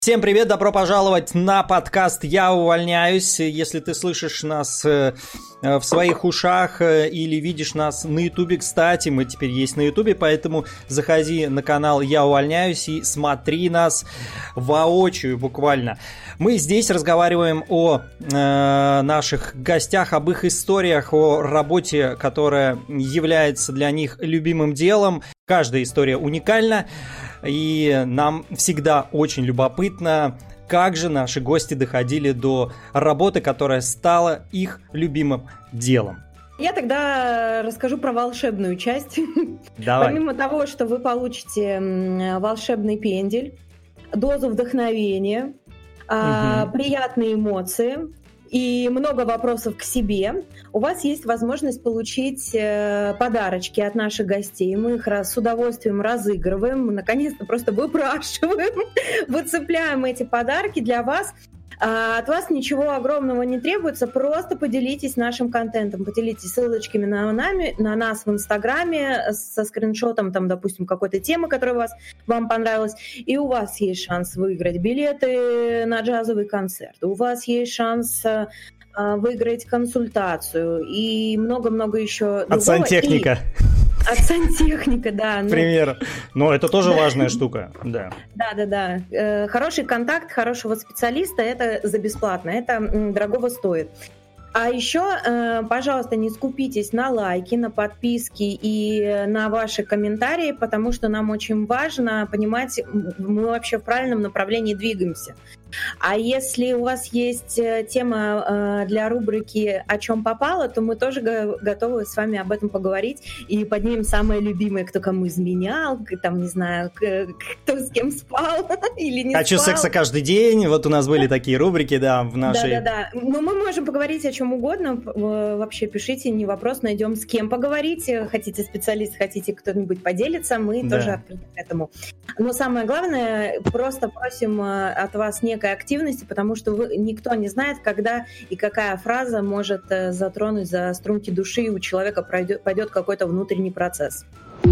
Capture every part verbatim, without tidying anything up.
Всем привет, добро пожаловать на подкаст «Я увольняюсь». Если ты слышишь нас э, в своих ушах э, или видишь нас на ютубе, кстати, мы теперь есть на ютубе, поэтому заходи на канал «Я увольняюсь» и смотри нас воочию буквально. Мы здесь разговариваем о э, наших гостях, об их историях, о работе, которая является для них любимым делом. Каждая история уникальна. И нам всегда очень любопытно, как же наши гости доходили до работы, которая стала их любимым делом. Я тогда расскажу про волшебную часть. Давай. Помимо того, что вы получите волшебный пендель, дозу вдохновения, угу. приятные эмоции и много вопросов к себе, у вас есть возможность получить подарочки от наших гостей. Мы их с удовольствием разыгрываем, мы наконец-то просто выпрашиваем, выцепляем эти подарки для вас. От вас ничего огромного не требуется, просто поделитесь нашим контентом, поделитесь ссылочками на, нами, на нас в Инстаграме со скриншотом, там, допустим, какой-то темы, которая вас, вам понравилась, и у вас есть шанс выиграть билеты на джазовый концерт, у вас есть шанс выиграть консультацию и много-много еще другого. От сантехника. От сантехника, да. К примеру. Но это тоже важная штука, да. Да-да-да. Хороший контакт хорошего специалиста – это за бесплатно, это дорогого стоит. А еще, пожалуйста, не скупитесь на лайки, на подписки и на ваши комментарии, потому что нам очень важно понимать, мы вообще в правильном направлении двигаемся. А если у вас есть тема для рубрики «О чем попало», то мы тоже готовы с вами об этом поговорить и поднимем самое любимое, кто кому изменял, там, не знаю, кто с кем спал или не Хочу спал. секса каждый день, вот у нас были такие рубрики, да, в нашей... Да-да-да, но мы можем поговорить о чем угодно, вообще пишите, не вопрос, найдем с кем поговорить, хотите специалист, хотите кто-нибудь поделиться, мы да. тоже открыты к этому. Но самое главное, просто просим от вас некой активности, потому что вы, никто не знает, когда и какая фраза может затронуть за струнки души, и у человека пройдет, пойдет какой-то внутренний процесс.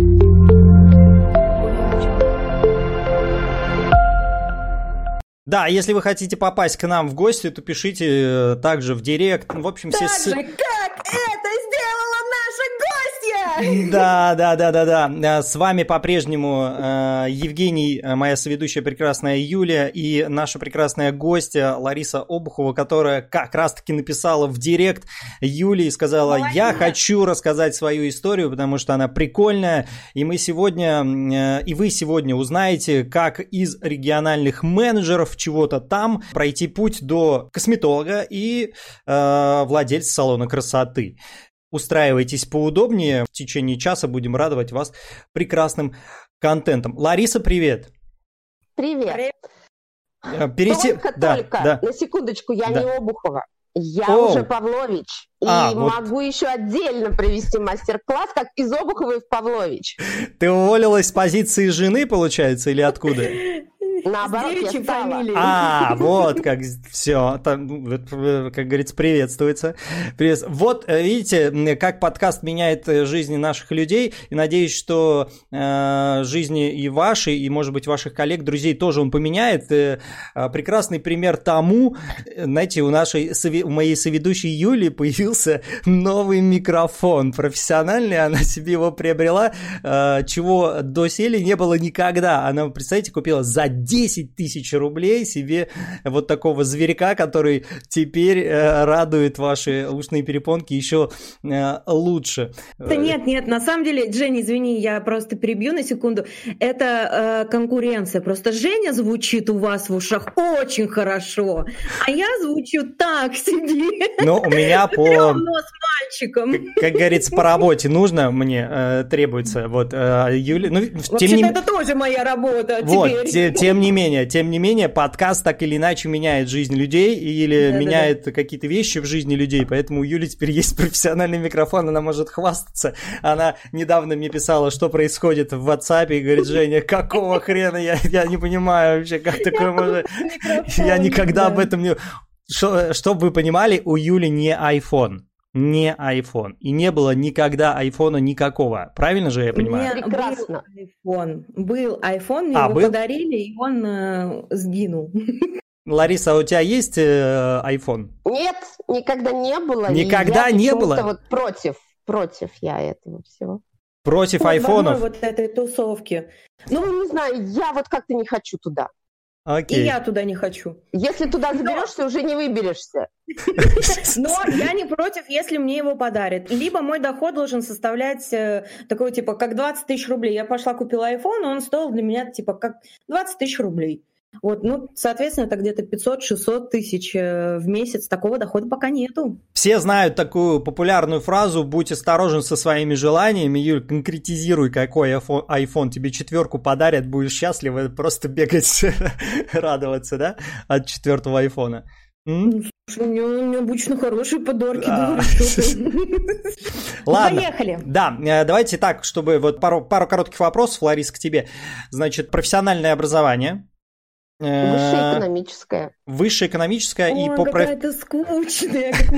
Да, если вы хотите попасть к нам в гости, то пишите также в директ. В общем, так все... же, как это сделала наша гостья! Да, да, да, да, да. С вами по-прежнему э, Евгений, моя соведущая прекрасная Юлия, и наша прекрасная гостья Лариса Обухова, которая как раз-таки написала в директ Юлии и сказала: Молодец. Я хочу рассказать свою историю, потому что она прикольная, и мы сегодня, э, и вы сегодня узнаете, как из региональных менеджеров чего-то там пройти путь до косметолога и э, владельца салона красоты. Устраивайтесь поудобнее. В течение часа будем радовать вас прекрасным контентом. Лариса, привет. Привет. Переси... Только, да, только, да. на секундочку, я да. не Обухова. Я О. уже Павлович. А, и вот. могу еще отдельно провести мастер-класс, как из Обуховой в Павлович. Ты уволилась с позиции жены, получается, или откуда? Наоборот, я стала. А, вот как все, там, как говорится, приветствуется. Привет. Вот, видите, как подкаст меняет жизни наших людей, и надеюсь, что э, жизни и ваши, и, может быть, ваших коллег, друзей тоже он поменяет. Э, прекрасный пример тому, знаете, у нашей, у моей соведущей Юли появился новый микрофон профессиональный, она себе его приобрела, э, чего доселе не было никогда. Она, представляете, купила за десять тысяч рублей себе вот такого зверька, который теперь э, радует ваши ушные перепонки еще э, лучше. Да нет, нет, на самом деле, Женя, извини, я просто перебью на секунду. Это э, конкуренция. Просто Женя звучит у вас в ушах очень хорошо, а я звучу так себе. Ну, у меня по... с мальчиком. Как, как говорится, по работе нужно, мне э, требуется. Вот, э, Юля... Ну, вообще-то тем не... это тоже моя работа вот, теперь. Те, тем не менее, тем не менее, подкаст так или иначе меняет жизнь людей или да, меняет да, да. какие-то вещи в жизни людей, поэтому у Юли теперь есть профессиональный микрофон, она может хвастаться. Она недавно мне писала, что происходит в WhatsApp, и говорит: Женя, какого хрена, я, я не понимаю вообще, как такое может... Я никогда об этом не... Чтобы вы понимали, у Юли не iPhone. не iPhone. И не было никогда айфона никакого. Правильно же я понимаю? Нет, Прекрасно. Был iPhone. Был iPhone, мне А, его был? подарили, и он э, сгинул. Лариса, а у тебя есть э, iPhone? Нет, никогда не было. Никогда и я не почему-то было? вот против, против я этого всего. Против Вот в одной айфонов? вот этой тусовки. Ну, не знаю, я вот как-то не хочу туда. И Окей. я туда не хочу. Если туда заберешься, уже не выберешься. Но я не против, если мне его подарят. Либо мой доход должен составлять э, такой, типа, как двадцать тысяч рублей. Я пошла, купила iPhone, и он стоил для меня, типа, как двадцать тысяч рублей. Вот, ну, соответственно, это где-то пятьсот-шестьсот тысяч э, в месяц. Такого дохода пока нету. Все знают такую популярную фразу «Будь осторожен со своими желаниями». Юль, конкретизируй, какой iPhone, iPhone тебе четверку подарят, будешь счастлива просто бегать, радоваться, да, от четвертого айфона. М? Слушай, у меня, у меня обычно хорошие подарки. Да. Говорю, что ты. Ладно. Поехали. Да, э, давайте так, чтобы вот пару, пару коротких вопросов, Ларис, к тебе. Значит, профессиональное образование. Э, Высшее экономическое. Высшее экономическое и Ой, по проф- какая-то скучная, как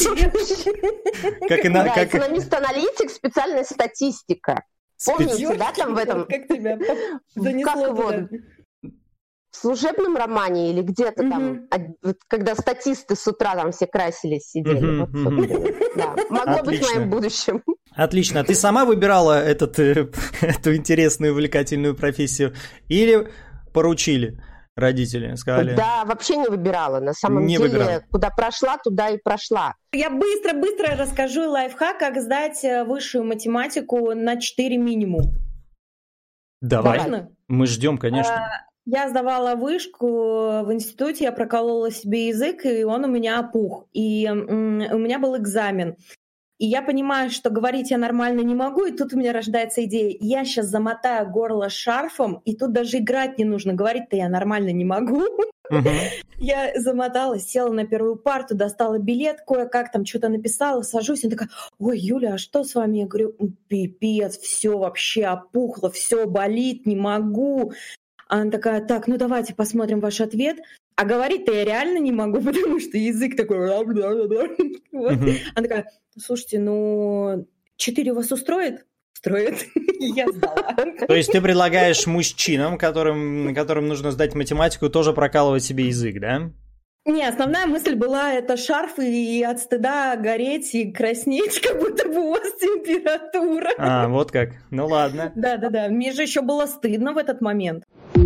мы как и на- Да, как- экономист-аналитик, специальная статистика. Помните, да, там в этом... Как тебя занесло Как вот туда? в служебном романе или где-то там, Мгм. а, вот когда статисты с утра там все красились, сидели. Мгм, Вот, мгм. собственно, да. Могло быть Отлично. моим будущим. Отлично. А ты сама выбирала этот, э, эту интересную, увлекательную профессию или поручили родители? Сказали, Да, вообще не выбирала. На самом Не деле, выбирала. куда прошла, туда и прошла. Я быстро-быстро расскажу лайфхак, как сдать э, высшую математику на четыре минимум. давай, Можно? мы ждем, конечно. Я сдавала вышку в институте, я проколола себе язык, и он у меня опух. И м, у меня был экзамен. И я понимаю, что говорить я нормально не могу, и тут у меня рождается идея, я сейчас замотаю горло шарфом, и тут даже играть не нужно, говорить-то я нормально не могу. Мгм. Я замоталась, села на первую парту, достала билет, кое-как там что-то написала, сажусь, она такая: ой, Юля, а что с вами? Я говорю: пипец, все вообще опухло, все болит, не могу. Она такая: так, ну давайте посмотрим ваш ответ. А говорить-то я реально не могу, потому что язык такой... Вот. Мгм. Она такая: слушайте, ну четыре вас устроит? Устроит. Я сдала. То есть ты предлагаешь мужчинам, которым, которым нужно сдать математику, тоже прокалывать себе язык, да? Не, основная мысль была это шарф и от стыда гореть и краснеть, как будто бы у вас температура. А, вот как. Ну ладно. Да-да-да, мне же еще было стыдно в этот момент.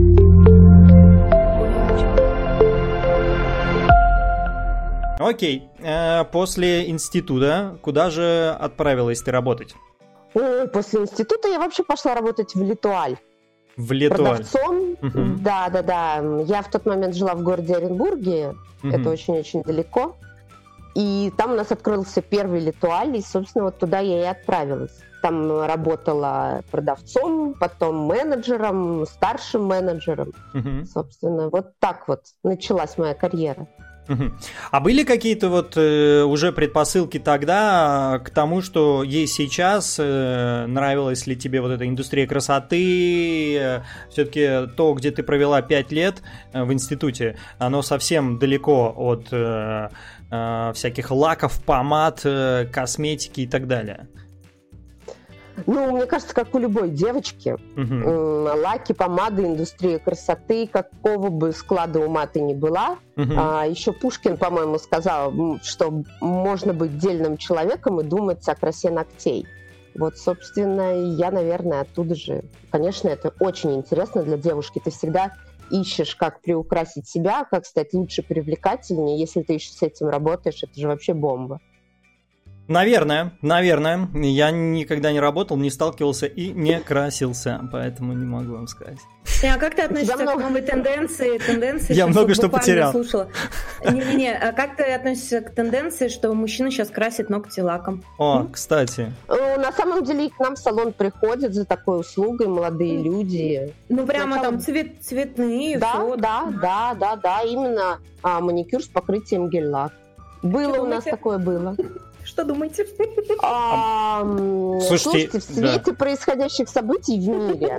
Окей. Э, После института куда же отправилась ты работать? Ой, после института я вообще пошла работать в Литуаль. В Литуаль. Продавцом. Мгм. Да, да, да. Я в тот момент жила в городе Оренбурге. Мгм. Это очень-очень далеко. И там у нас открылся первый Литуаль, и, собственно, вот туда я и отправилась. Там работала продавцом, потом менеджером, старшим менеджером. Мгм. Собственно, вот так вот началась моя карьера. Мгм. А были какие-то вот э, уже предпосылки тогда к тому, что ей сейчас э, нравилась ли тебе вот эта индустрия красоты? Э, все-таки то, где ты провела пять лет э, в институте, оно совсем далеко от э, э, всяких лаков, помад, э, косметики и так далее. Ну, мне кажется, как у любой девочки, Мгм. м, лаки, помады, индустрия красоты, какого бы склада ума ты ни была. Мгм. А, еще Пушкин, по-моему, сказал, м, что можно быть дельным человеком и думать о красе ногтей. Вот, собственно, я, наверное, оттуда же. Конечно, это очень интересно для девушки. Ты всегда ищешь, как приукрасить себя, как стать лучше, привлекательнее. Если ты еще с этим работаешь, это же вообще бомба. Наверное, наверное. Я никогда не работал, не сталкивался и не красился, поэтому не могу вам сказать. А как ты относишься много. к новой тенденции? тенденции Я сейчас много вот что буквально потерял. Слушала. Не-не-не, а как ты относишься к тенденции, что мужчины сейчас красят ногти лаком? О, кстати. Э, На самом деле и к нам в салон приходят за такой услугой молодые люди. Ну прямо Сначала- там цвет, цветные, Да, всё. да, да, да, да, именно а, маникюр с покрытием гель-лак. Было Что у нас думаете? такое, было. Что думаете? А, м, Слушайте, Слушайте, в свете происходящих событий в мире,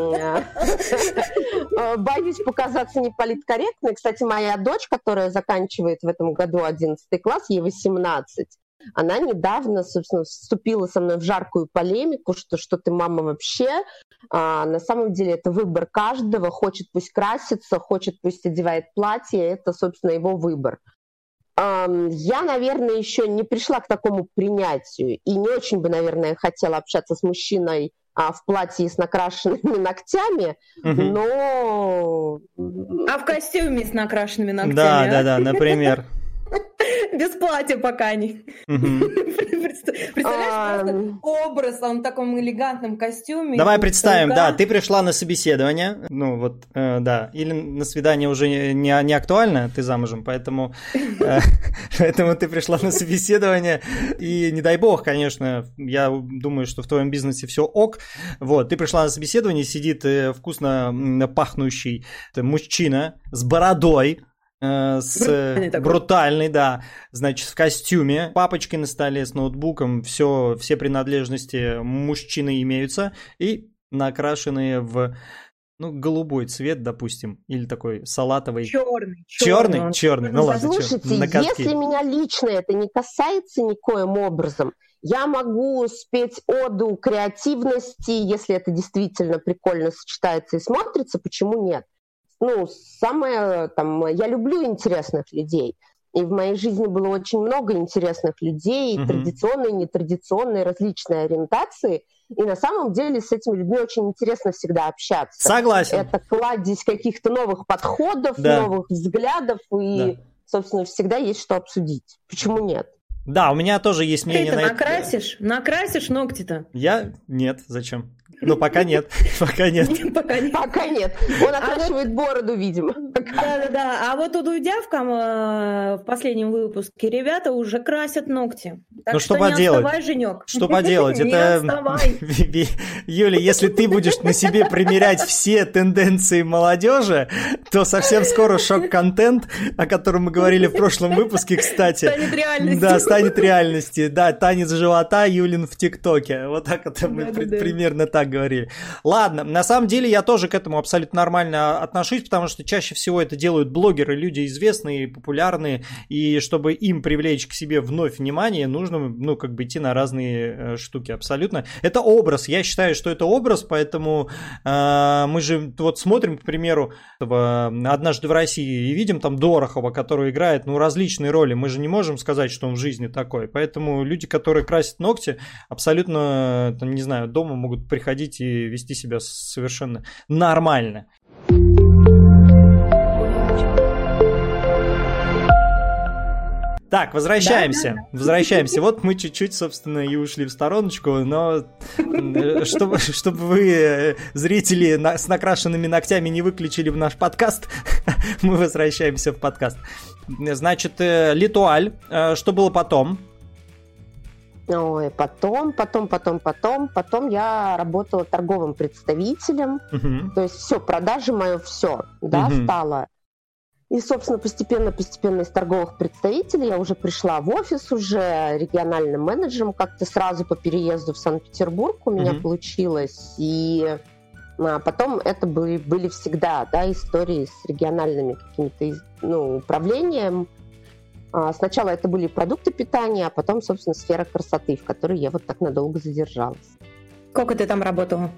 э, боюсь показаться неполиткорректной. Кстати, моя дочь, которая заканчивает в этом году одиннадцатый класс, ей восемнадцать, Она недавно, собственно, вступила со мной в жаркую полемику, что что ты мама вообще. А, на самом деле это выбор каждого. Хочет пусть красится, хочет пусть одевает платье. Это, собственно, его выбор. А, я, наверное, еще не пришла к такому принятию. И не очень бы, наверное, хотела общаться с мужчиной а, в платье с накрашенными ногтями, угу. но... А в костюме с накрашенными ногтями? Да, да, да, например. Без платья пока не. Представляешь, просто образ, он в таком элегантном костюме. Давай представим, да, ты пришла на собеседование, ну вот, да, или на свидание уже не, не актуально, ты замужем, поэтому, поэтому ты пришла на собеседование, и не дай бог, конечно, я думаю, что в твоем бизнесе все ок, вот, ты пришла на собеседование, сидит вкусно пахнущий мужчина с бородой, с брутальный, брутальный, да, значит, в костюме, папочкой на столе с ноутбуком, все, все принадлежности мужчины имеются и накрашенные в, ну, голубой цвет, допустим, или такой салатовый. Черный. Черный, черный, черный. Ну ладно. Слушайте, если меня лично это не касается никоим образом, я могу спеть оду креативности, если это действительно прикольно сочетается и смотрится, почему нет? Ну, самое, там, я люблю интересных людей, и в моей жизни было очень много интересных людей, mm-hmm. традиционные, нетрадиционные, различные ориентации, и на самом деле с этими людьми очень интересно всегда общаться. Согласен. Это кладезь каких-то новых подходов, да. новых взглядов, и, да. собственно, всегда есть что обсудить. Почему нет? Да, у меня тоже есть мнение Ты на это. Накрасишь? Накрасишь ногти-то? Я? Нет, зачем? Ну, пока нет, пока нет. Пока нет. Пока нет. Он окрашивает а вот... бороду, видимо. Да-да-да. А вот у Дудявка в последнем выпуске ребята уже красят ногти. Так ну, что, что не поделать? отставай, Женек. Что поделать? Это... Юля, если ты будешь на себе примерять все тенденции молодежи, то совсем скоро шок-контент, о котором мы говорили в прошлом выпуске, кстати. Станет реальностью. Да, станет реальностью. Да, танец живота Юлин в ТикТоке. Вот так это мы примерно так говорили. Ладно, на самом деле я тоже к этому абсолютно нормально отношусь, потому что чаще всего это делают блогеры, люди известные, популярные, и чтобы им привлечь к себе вновь внимание, нужно, ну, как бы идти на разные э, штуки абсолютно. Это образ, я считаю, что это образ, поэтому э, мы же вот смотрим, к примеру, «Однажды в России» и видим там Дорохова, который играет, ну, различные роли, мы же не можем сказать, что он в жизни такой, поэтому люди, которые красят ногти, абсолютно, там, не знаю, дома могут приходить и вести себя совершенно нормально. Так, возвращаемся, да, да. возвращаемся. Вот мы чуть-чуть, собственно, и ушли в стороночку, но чтобы, чтобы вы, зрители с накрашенными ногтями, не выключили наш подкаст, мы возвращаемся в подкаст. Значит, L'Etoile, что было потом? Ой, потом, потом, потом, потом, потом я работала торговым представителем, uh-huh. то есть все, продажи мое все, да, uh-huh. стало. И, собственно, постепенно-постепенно из торговых представителей я уже пришла в офис уже региональным менеджером, как-то сразу по переезду в Санкт-Петербург у меня uh-huh. получилось, и а, потом это были, были всегда, да, истории с региональными какими-то, ну, управлением. Сначала это были продукты питания, а потом, собственно, сфера красоты, в которой я вот так надолго задержалась. Сколько ты там работала?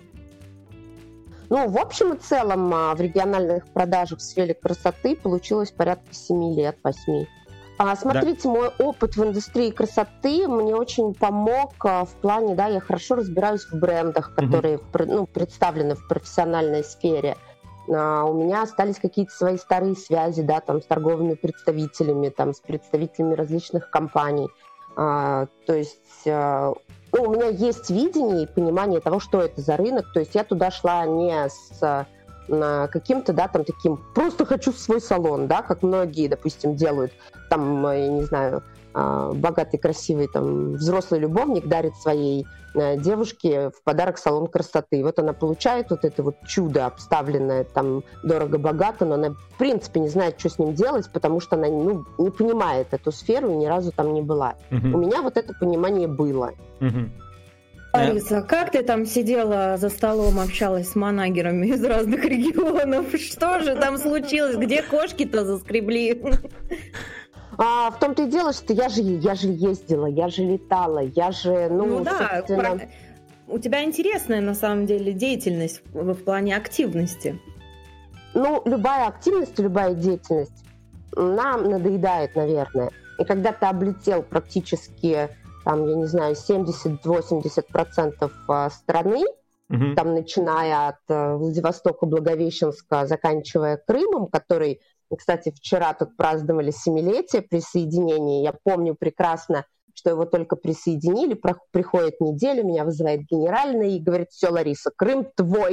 Ну, в общем и целом, в региональных продажах в сфере красоты получилось порядка семи лет, восьми. Смотрите, да. мой опыт в индустрии красоты мне очень помог в плане, да, я хорошо разбираюсь в брендах, которые угу. ну, представлены в профессиональной сфере. Uh, у меня остались какие-то свои старые связи, да, там, с торговыми представителями, там, с представителями различных компаний. Uh, то есть uh, ну, у меня есть видение и понимание того, что это за рынок. То есть я туда шла не с uh, каким-то, да, там, таким, просто хочу в свой салон, да, как многие, допустим, делают. Там, я не знаю, uh, богатый, красивый, там, взрослый любовник дарит своей девушке в подарок салон красоты. И вот она получает вот это вот чудо, обставленное там дорого-богато, но она в принципе не знает, что с ним делать, потому что она ну, не понимает эту сферу и ни разу там не была. Uh-huh. У меня вот это понимание было. Uh-huh. Лариса, как ты там сидела за столом, общалась с манагерами из разных регионов? Что же там случилось? Где кошки-то заскребли? А в том-то и дело, что я же, я же ездила, я же летала, я же, ну, Ну да, собственно... про- у тебя интересная на самом деле деятельность в, в плане активности. Ну, любая активность, любая деятельность нам надоедает, наверное. И когда ты облетел практически, там, я не знаю, семьдесят-восемьдесят процентов страны, mm-hmm. там, начиная от Владивостока, Благовещенска, заканчивая Крымом, который, кстати, вчера тут праздновали семилетие присоединения. Я помню прекрасно, что его только присоединили, про- приходит неделя, меня вызывает генеральный и говорит: все, Лариса, Крым твой.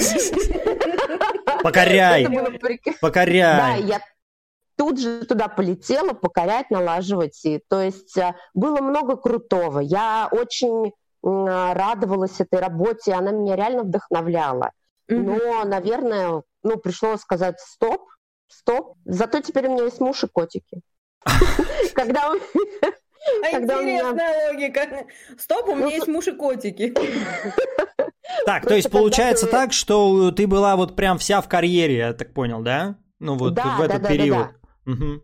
Покоряй! Покоряй! Да, я тут же туда полетела покорять, налаживать. И, то есть было много крутого. Я очень радовалась этой работе, она меня реально вдохновляла. Но, наверное, ну, пришлось сказать стоп, стоп. Зато теперь у меня есть муж и котики. Когда у Когда Интересная меня... логика. Стоп, у меня ну, есть муж и котики. Так, то есть получается так, что ты была вот прям вся в карьере, я так понял, да? Ну вот да, в этот да, период. Да, да. Угу.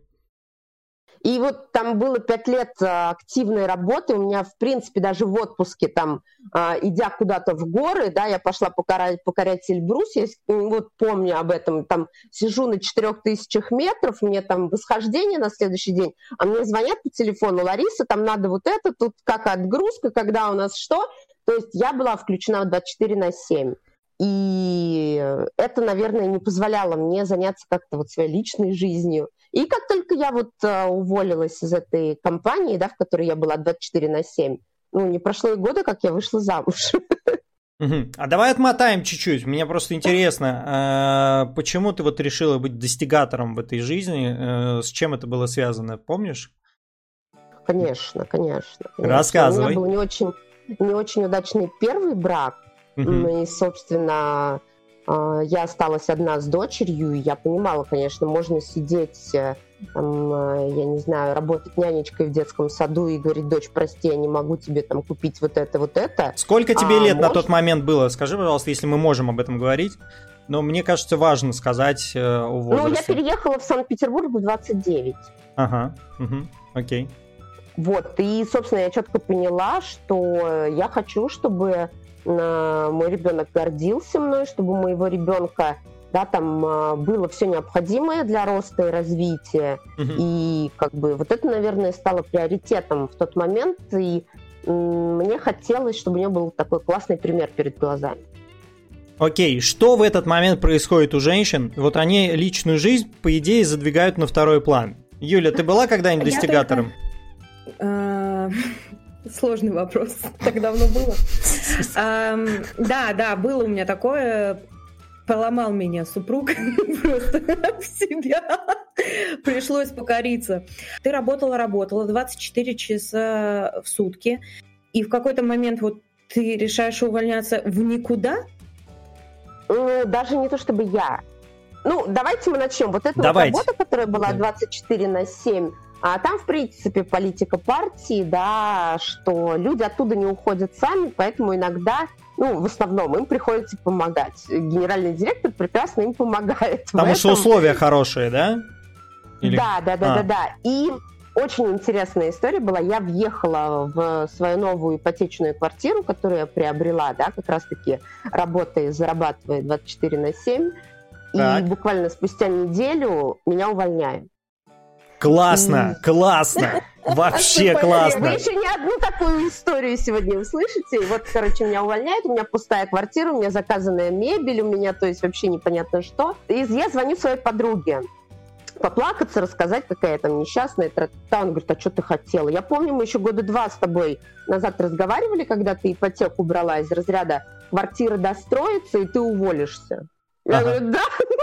И вот там было пять лет активной работы. У меня, в принципе, даже в отпуске, там, идя куда-то в горы, да, я пошла покорять, покорять Эльбрус, я вот помню об этом, там, сижу на четырех тысячах метров, мне там восхождение на следующий день, а мне звонят по телефону: Лариса, там надо вот это, тут как отгрузка, когда у нас что. То есть я была включена в двадцать четыре на семь. И это, наверное, не позволяло мне заняться как-то вот своей личной жизнью. И как только я вот uh, уволилась из этой компании, да, в которой я была двадцать четыре на семь, ну, не прошло и года, как я вышла замуж. Uh-huh. А давай отмотаем чуть-чуть. Мне просто интересно, uh, почему ты вот решила быть достигатором в этой жизни? Uh, с чем это было связано, помнишь? Конечно, конечно. конечно. Рассказывай. У меня был не очень, не очень удачный первый брак. Uh-huh. И, собственно... Я осталась одна с дочерью, и я понимала, конечно, можно сидеть, там, я не знаю, работать нянечкой в детском саду и говорить: дочь, прости, я не могу тебе там купить вот это, вот это. Сколько тебе а лет может... на тот момент было? Скажи, пожалуйста, если мы можем об этом говорить. Но мне кажется, важно сказать э, о возрасте. Ну, я переехала в Санкт-Петербург в двадцать девять. Ага, угу, окей. Вот, и, собственно, я четко поняла, что я хочу, чтобы... мой ребенок гордился мной, чтобы у моего ребенка, да, там было все необходимое для роста и развития. Uh-huh. И как бы вот это, наверное, стало приоритетом в тот момент. И м- мне хотелось, чтобы у него был такой классный пример перед глазами. Окей, что в этот момент происходит у женщин? Вот они личную жизнь, по идее, задвигают на второй план. Юля, ты была когда-нибудь я достигатором? Только... Сложный вопрос. Так давно было. um, да, да, было у меня такое. Поломал меня супруг просто в себя. Пришлось покориться. Ты работала, работала двадцать четыре часа в сутки. И в какой-то момент вот ты решаешь увольняться в никуда? Ну, даже не то чтобы я. Ну, давайте мы начнем. Вот эта вот работа, которая была двадцать четыре на семь, а там, в принципе, политика партии, да, что люди оттуда не уходят сами, поэтому иногда, ну, в основном им приходится помогать. Генеральный директор прекрасно им помогает. Потому что условия хорошие, да? Или... Да, да, да, а. да, да. И очень интересная история была. Я въехала в свою новую ипотечную квартиру, которую я приобрела, да, как раз-таки работая, зарабатывая двадцать четыре на семь. Так. И буквально спустя неделю меня увольняют. Классно, классно, вообще классно. Вы еще не одну такую историю сегодня услышите. И вот, короче, меня увольняют, у меня пустая квартира, у меня заказанная мебель, у меня, то есть, вообще непонятно что. И я звоню своей подруге поплакаться, рассказать, какая я там несчастная. Он говорит: а что ты хотела? Я помню, мы еще года два с тобой назад разговаривали, когда ты ипотеку брала из разряда «квартира достроится, и ты уволишься». Я ага. говорю: да.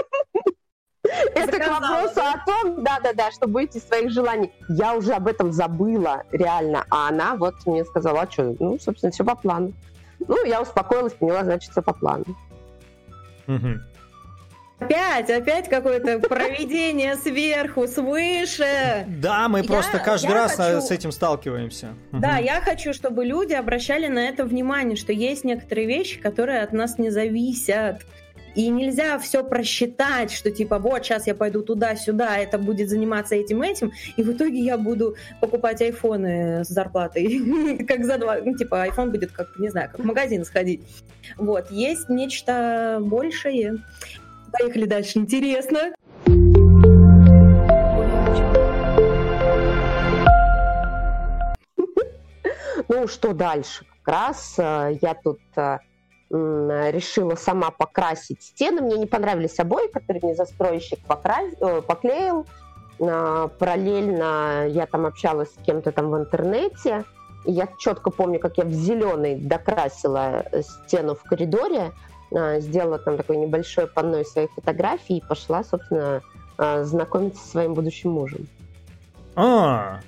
Это к вопросу о том, да-да-да, что боитесь своих желаний. Я уже об этом забыла, реально. А она вот мне сказала: а что, ну, собственно, все по плану. Ну, я успокоилась, поняла, значит, все по плану. Угу. Опять, опять какое-то провидение сверху, свыше. Да, мы я, просто каждый раз хочу... с этим сталкиваемся. Да, угу. Я хочу, чтобы люди обращали на это внимание, что есть некоторые вещи, которые от нас не зависят. И нельзя все просчитать, что типа вот сейчас я пойду туда-сюда, это будет заниматься этим-этим, и в итоге я буду покупать айфоны с зарплатой, как за два, ну типа айфон будет как, не знаю, как в магазин сходить. Вот, есть нечто большее. Поехали дальше, интересно. Ну, что дальше? Как раз я тут решила сама покрасить стены. Мне не понравились обои, которые мне застройщик покра... поклеил. Параллельно я там общалась с кем-то там в интернете. И я четко помню, как я в зеленый докрасила стену в коридоре, сделала там такой небольшой панно из своих фотографий и пошла, собственно, знакомиться со своим будущим мужем. А,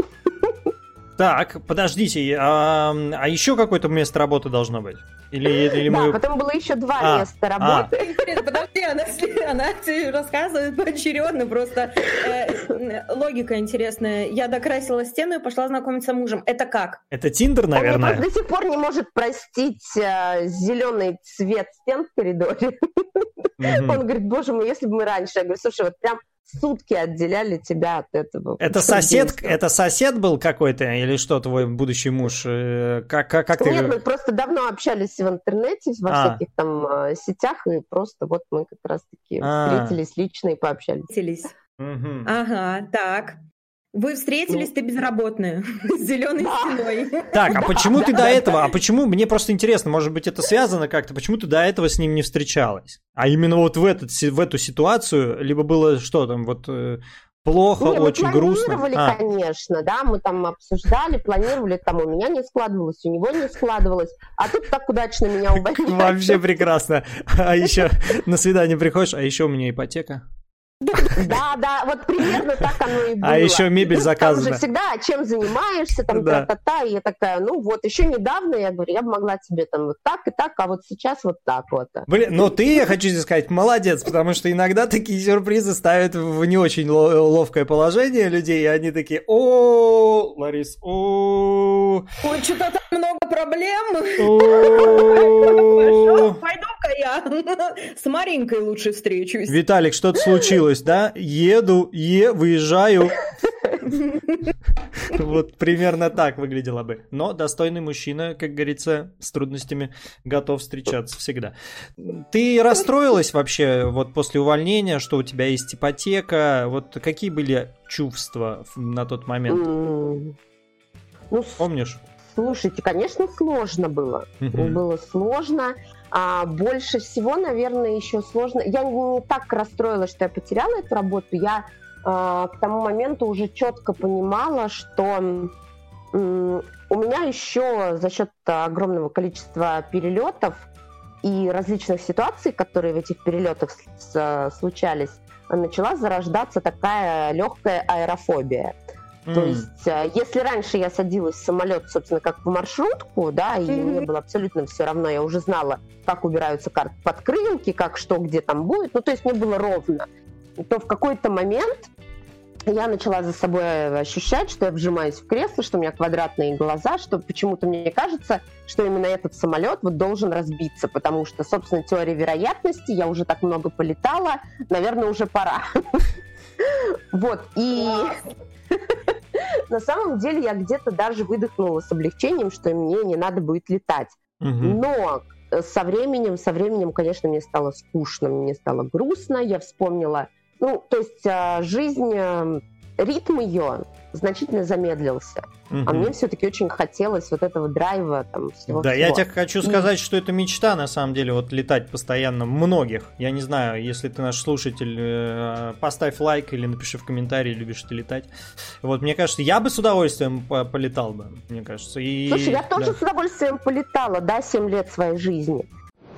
так, подождите, а, а еще какое-то место работы должно быть? Или, или да, мы... потом было еще два а, места работы. А. Подожди, она, она рассказывает поочередно, просто э, логика интересная. Я докрасила стену и пошла знакомиться с мужем. Это как? Это Тиндер, наверное? Он до сих пор не может простить э, зеленый цвет стен в коридоре. Mm-hmm. Он говорит, боже мой, если бы мы раньше... Я говорю, слушай, вот прям сутки отделяли тебя от этого. Это сосед, это сосед был какой-то или что, твой будущий муж? Как, как, как Нет, ты... мы просто давно общались в интернете, во а. всяких там э, сетях, и просто вот мы как раз-таки а. встретились лично и пообщались. Встретились. Угу. Ага, так. Вы встретились, ты безработная, с зеленой стеной. Так, а почему ты до этого, а почему, мне просто интересно, может быть, это связано как-то, почему ты до этого с ним не встречалась? А именно вот в, этот, в эту ситуацию, либо было что там, вот плохо, не, очень грустно? Мы планировали, а. конечно, да, мы там обсуждали, планировали, там у меня не складывалось, у него не складывалось, а тут так удачно меня увольняют. Вообще прекрасно. А еще на свидание приходишь, а еще у меня ипотека. Да, да, вот примерно так оно и было. А еще мебель заказана. Там же всегда, а чем занимаешься, там, да. та-та-та, и я такая, ну вот, еще недавно, я говорю, я бы могла тебе там вот так и так, а вот сейчас вот так вот. Блин, ну ты, я хочу тебе сказать, молодец, потому что иногда такие сюрпризы ставят в не очень ловкое положение людей, и они такие, о, Ларис, о, ой, что-то там много проблем. Пойду-ка я с Маринкой лучше встречусь. Виталик, что-то случилось, да? Еду, е, выезжаю. Вот примерно так выглядело бы. Но достойный мужчина, как говорится, с трудностями готов встречаться всегда. Ты расстроилась вообще вот после увольнения, что у тебя есть ипотека? Вот какие были чувства на тот момент? Ну, помнишь? Слушайте, конечно, сложно было. Uh-huh. Было сложно. А больше всего, наверное, еще сложно. Я не так расстроилась, что я потеряла эту работу. Я а, к тому моменту уже четко понимала, что м, у меня еще за счет огромного количества перелетов и различных ситуаций, которые в этих перелетах с, с, случались, начала зарождаться такая легкая аэрофобия. Mm. То есть, если раньше я садилась в самолет, собственно, как в маршрутку, да, и mm-hmm. мне было абсолютно все равно, я уже знала, как убираются подкрылки, как что, где там будет, ну, то есть мне было ровно, то в какой-то момент я начала за собой ощущать, что я вжимаюсь в кресло, что у меня квадратные глаза, что почему-то мне кажется, что именно этот самолет вот должен разбиться, потому что, собственно, теория вероятности, я уже так много полетала, наверное, уже пора. Вот, и... На самом деле я где-то даже выдохнула с облегчением, что мне не надо будет летать. Угу. Но со временем, со временем, конечно, мне стало скучно, мне стало грустно, я вспомнила, ну, то есть жизнь, ритм ее значительно замедлился. Угу. А мне все-таки очень хотелось вот этого драйва, там, всего. Да, всего. Я тебе хочу сказать, и... что это мечта, на самом деле, вот летать постоянно многих. Я не знаю, если ты наш слушатель, поставь лайк или напиши в комментарии, любишь ты летать. Вот, мне кажется, я бы с удовольствием полетал бы, мне кажется. И... Слушай, я тоже да. с удовольствием полетала, да, семь лет своей жизни.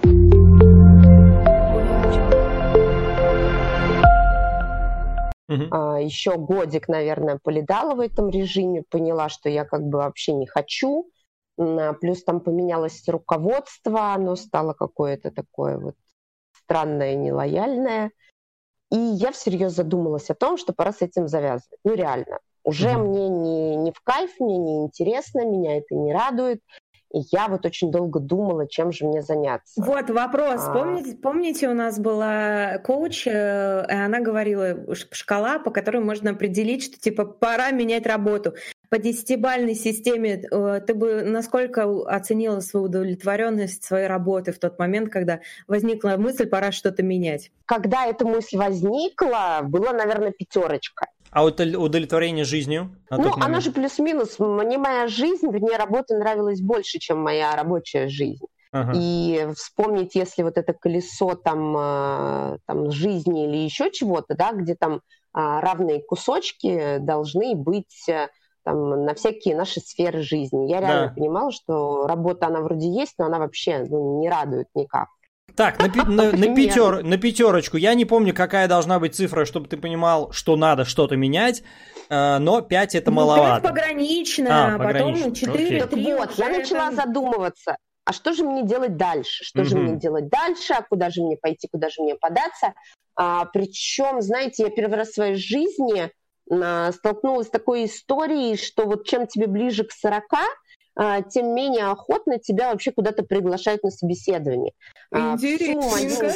Uh-huh. А, еще годик, наверное, полетала в этом режиме, поняла, что я как бы вообще не хочу. А, плюс там поменялось руководство, оно стало какое-то такое вот странное, нелояльное. И я всерьез задумалась о том, что пора с этим завязывать. Ну, реально. Уже uh-huh. мне не, не в кайф, мне не интересно, меня это не радует. И я вот очень долго думала, чем же мне заняться. Вот вопрос. А... Помните, помните, у нас была коуч, и она говорила, шкала, по которой можно определить, что типа пора менять работу. По десятибалльной системе ты бы насколько оценила свою удовлетворенность своей работы в тот момент, когда возникла мысль, пора что-то менять? Когда эта мысль возникла, была, наверное, пятерочка. А удовлетворение жизнью? Ну, она же плюс-минус. Мне моя жизнь, мне работа нравилась больше, чем моя рабочая жизнь. Ага. И вспомнить, если вот это колесо там, там жизни или еще чего-то, да, где там равные кусочки должны быть там, на всякие наши сферы жизни. Я реально да. понимала, что работа, она вроде есть, но она вообще ну, не радует никак. Так, на, на, на, пятер, на пятерочку. Я не помню, какая должна быть цифра, чтобы ты понимал, что надо что-то менять, но пять это ну, маловато. пять погранично, а, потом четыре, три. Вот, я начала задумываться, а что же мне делать дальше? Что угу. же мне делать дальше? А куда же мне пойти, куда же мне податься? А, причем, знаете, я первый раз в своей жизни а, столкнулась с такой историей, что вот чем тебе ближе к сорока, тем менее охотно тебя вообще куда-то приглашают на собеседование. Интересно.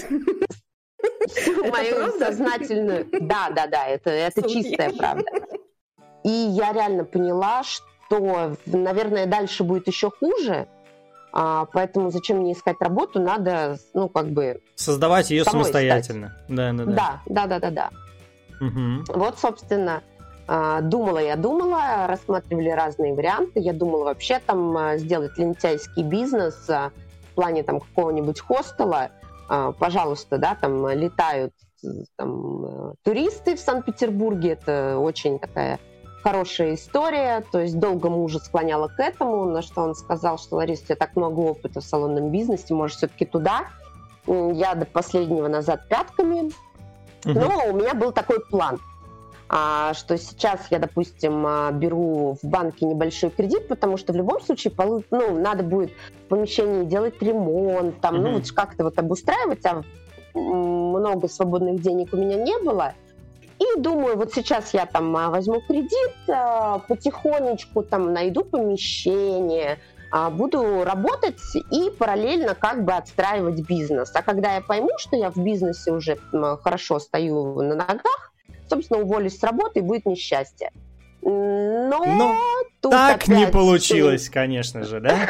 Всю мою сознательную... Да, да, да, это, это чистая правда. И я реально поняла, что, наверное, дальше будет еще хуже, поэтому зачем мне искать работу, надо, ну, как бы... Создавать ее самостоятельно. Да, да, да. Да, да, да, да. Угу. Вот, собственно... Думала я, думала, рассматривали разные варианты. Я думала вообще там сделать лентяйский бизнес в плане там какого-нибудь хостела. Пожалуйста, да, там летают там, туристы в Санкт-Петербурге. Это очень такая хорошая история. То есть долго мужа склоняла к этому, на что он сказал, что, Лариса, у тебя так много опыта в салонном бизнесе, может, все-таки туда. Я до последнего назад пятками. Угу. Но у меня был такой план. А, что сейчас я, допустим, беру в банке небольшой кредит, потому что в любом случае ну, надо будет в помещении делать ремонт, там, mm-hmm. ну, вот как-то вот обустраивать, а много свободных денег у меня не было. И думаю, вот сейчас я там возьму кредит, потихонечку там найду помещение, буду работать и параллельно как бы отстраивать бизнес. А когда я пойму, что я в бизнесе уже хорошо стою на ногах, собственно, уволюсь с работы, и будет несчастье. Но, Но так не получилось, ты... конечно же, да?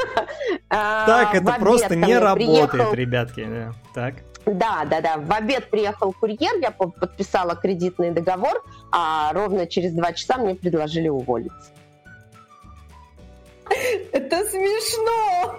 Так это просто не работает, ребятки. Так. Да, да, да. В обед приехал курьер, я подписала кредитный договор, а ровно через два часа мне предложили уволиться. Это смешно!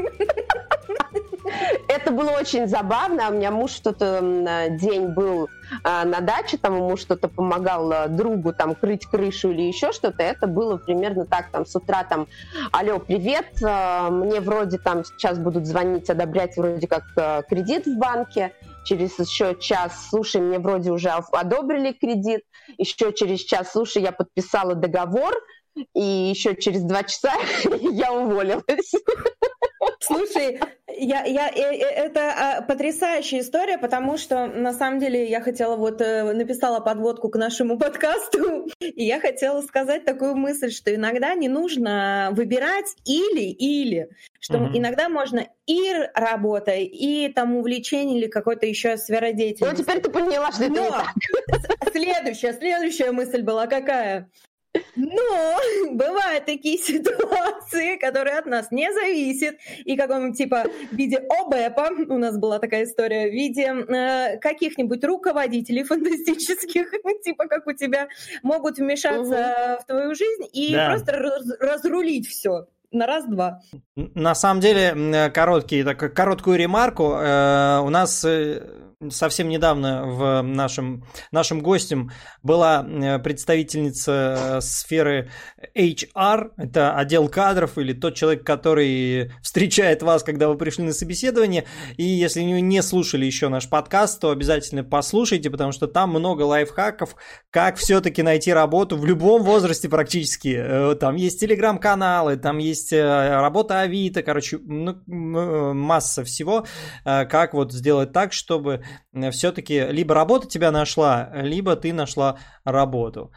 Это было очень забавно. У меня муж что-то день был а, на даче, там ему что-то помогал а, другу там крыть крышу или еще что-то. Это было примерно так, там с утра там, алло, привет, а, мне вроде там сейчас будут звонить, одобрять вроде как а, кредит в банке. Через еще час, слушай, мне вроде уже одобрили кредит. Еще через час, слушай, я подписала договор. И еще через два часа я уволилась. Слушай, я, я, это потрясающая история, потому что на самом деле я хотела вот написала подводку к нашему подкасту, и я хотела сказать такую мысль, что иногда не нужно выбирать или-или, что mm-hmm. иногда можно и работа, и там увлечение или какой-то еще сфера деятельности. Ну, теперь ты поняла, что это Но не так. Следующая, следующая мысль была какая? Но бывают такие ситуации, которые от нас не зависят, и каком-нибудь типа в виде ОБЭПа, у нас была такая история, в виде э, каких-нибудь руководителей фантастических, типа как у тебя, могут вмешаться угу. в твою жизнь и да. просто раз, разрулить все. На раз-два. На самом деле, короткий, так, короткую ремарку. Э, у нас э, совсем недавно в нашем, нашим гостем была представительница сферы эйч ар, это отдел кадров или тот человек, который встречает вас, когда вы пришли на собеседование. И если вы не слушали еще наш подкаст, то обязательно послушайте, потому что там много лайфхаков, как все-таки найти работу в любом возрасте практически. Там есть телеграм-каналы, там есть работа Авито, короче, ну, масса всего, как вот сделать так, чтобы все-таки либо работа тебя нашла, либо ты нашла работу.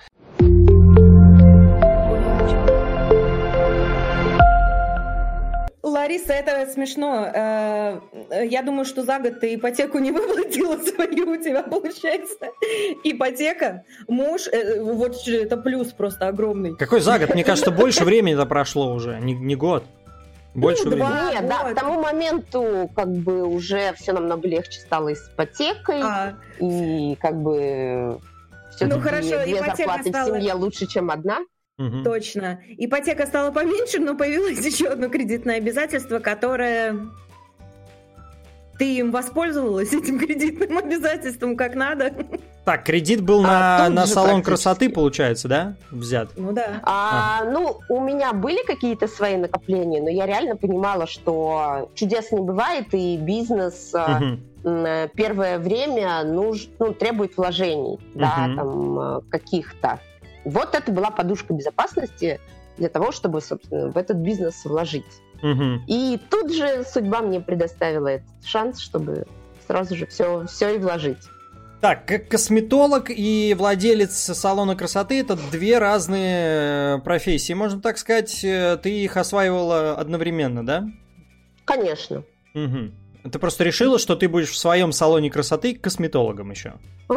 Лариса, это смешно. Я думаю, что за год ты ипотеку не выплатила свою, у тебя получается ипотека, муж, вот это плюс просто огромный. Какой за год? Мне кажется, больше времени-то прошло уже, не, не год. Больше ну, времени. Два, Нет, да, к тому моменту как бы уже все намного легче стало и с ипотекой, а. и как бы все-таки ну, хорошо, две зарплаты стала... в семье лучше, чем одна. Угу. Точно. Ипотека стала поменьше, но появилось еще одно кредитное обязательство, которое... Ты им воспользовалась, этим кредитным обязательством, как надо? Так, кредит был а, на, на салон красоты, получается, да, взят? Ну да. А, а. Ну, у меня были какие-то свои накопления, но я реально понимала, что чудес не бывает, и бизнес угу. первое время нуж, ну, требует вложений, угу. да, там, каких-то. Вот это была подушка безопасности для того, чтобы, собственно, в этот бизнес вложить. Угу. И тут же судьба мне предоставила этот шанс, чтобы сразу же все, все и вложить. Так, как косметолог и владелец салона красоты – это две разные профессии. Можно так сказать, ты их осваивала одновременно, да? Конечно. Угу. Ты просто решила, что ты будешь в своем салоне красоты косметологом еще?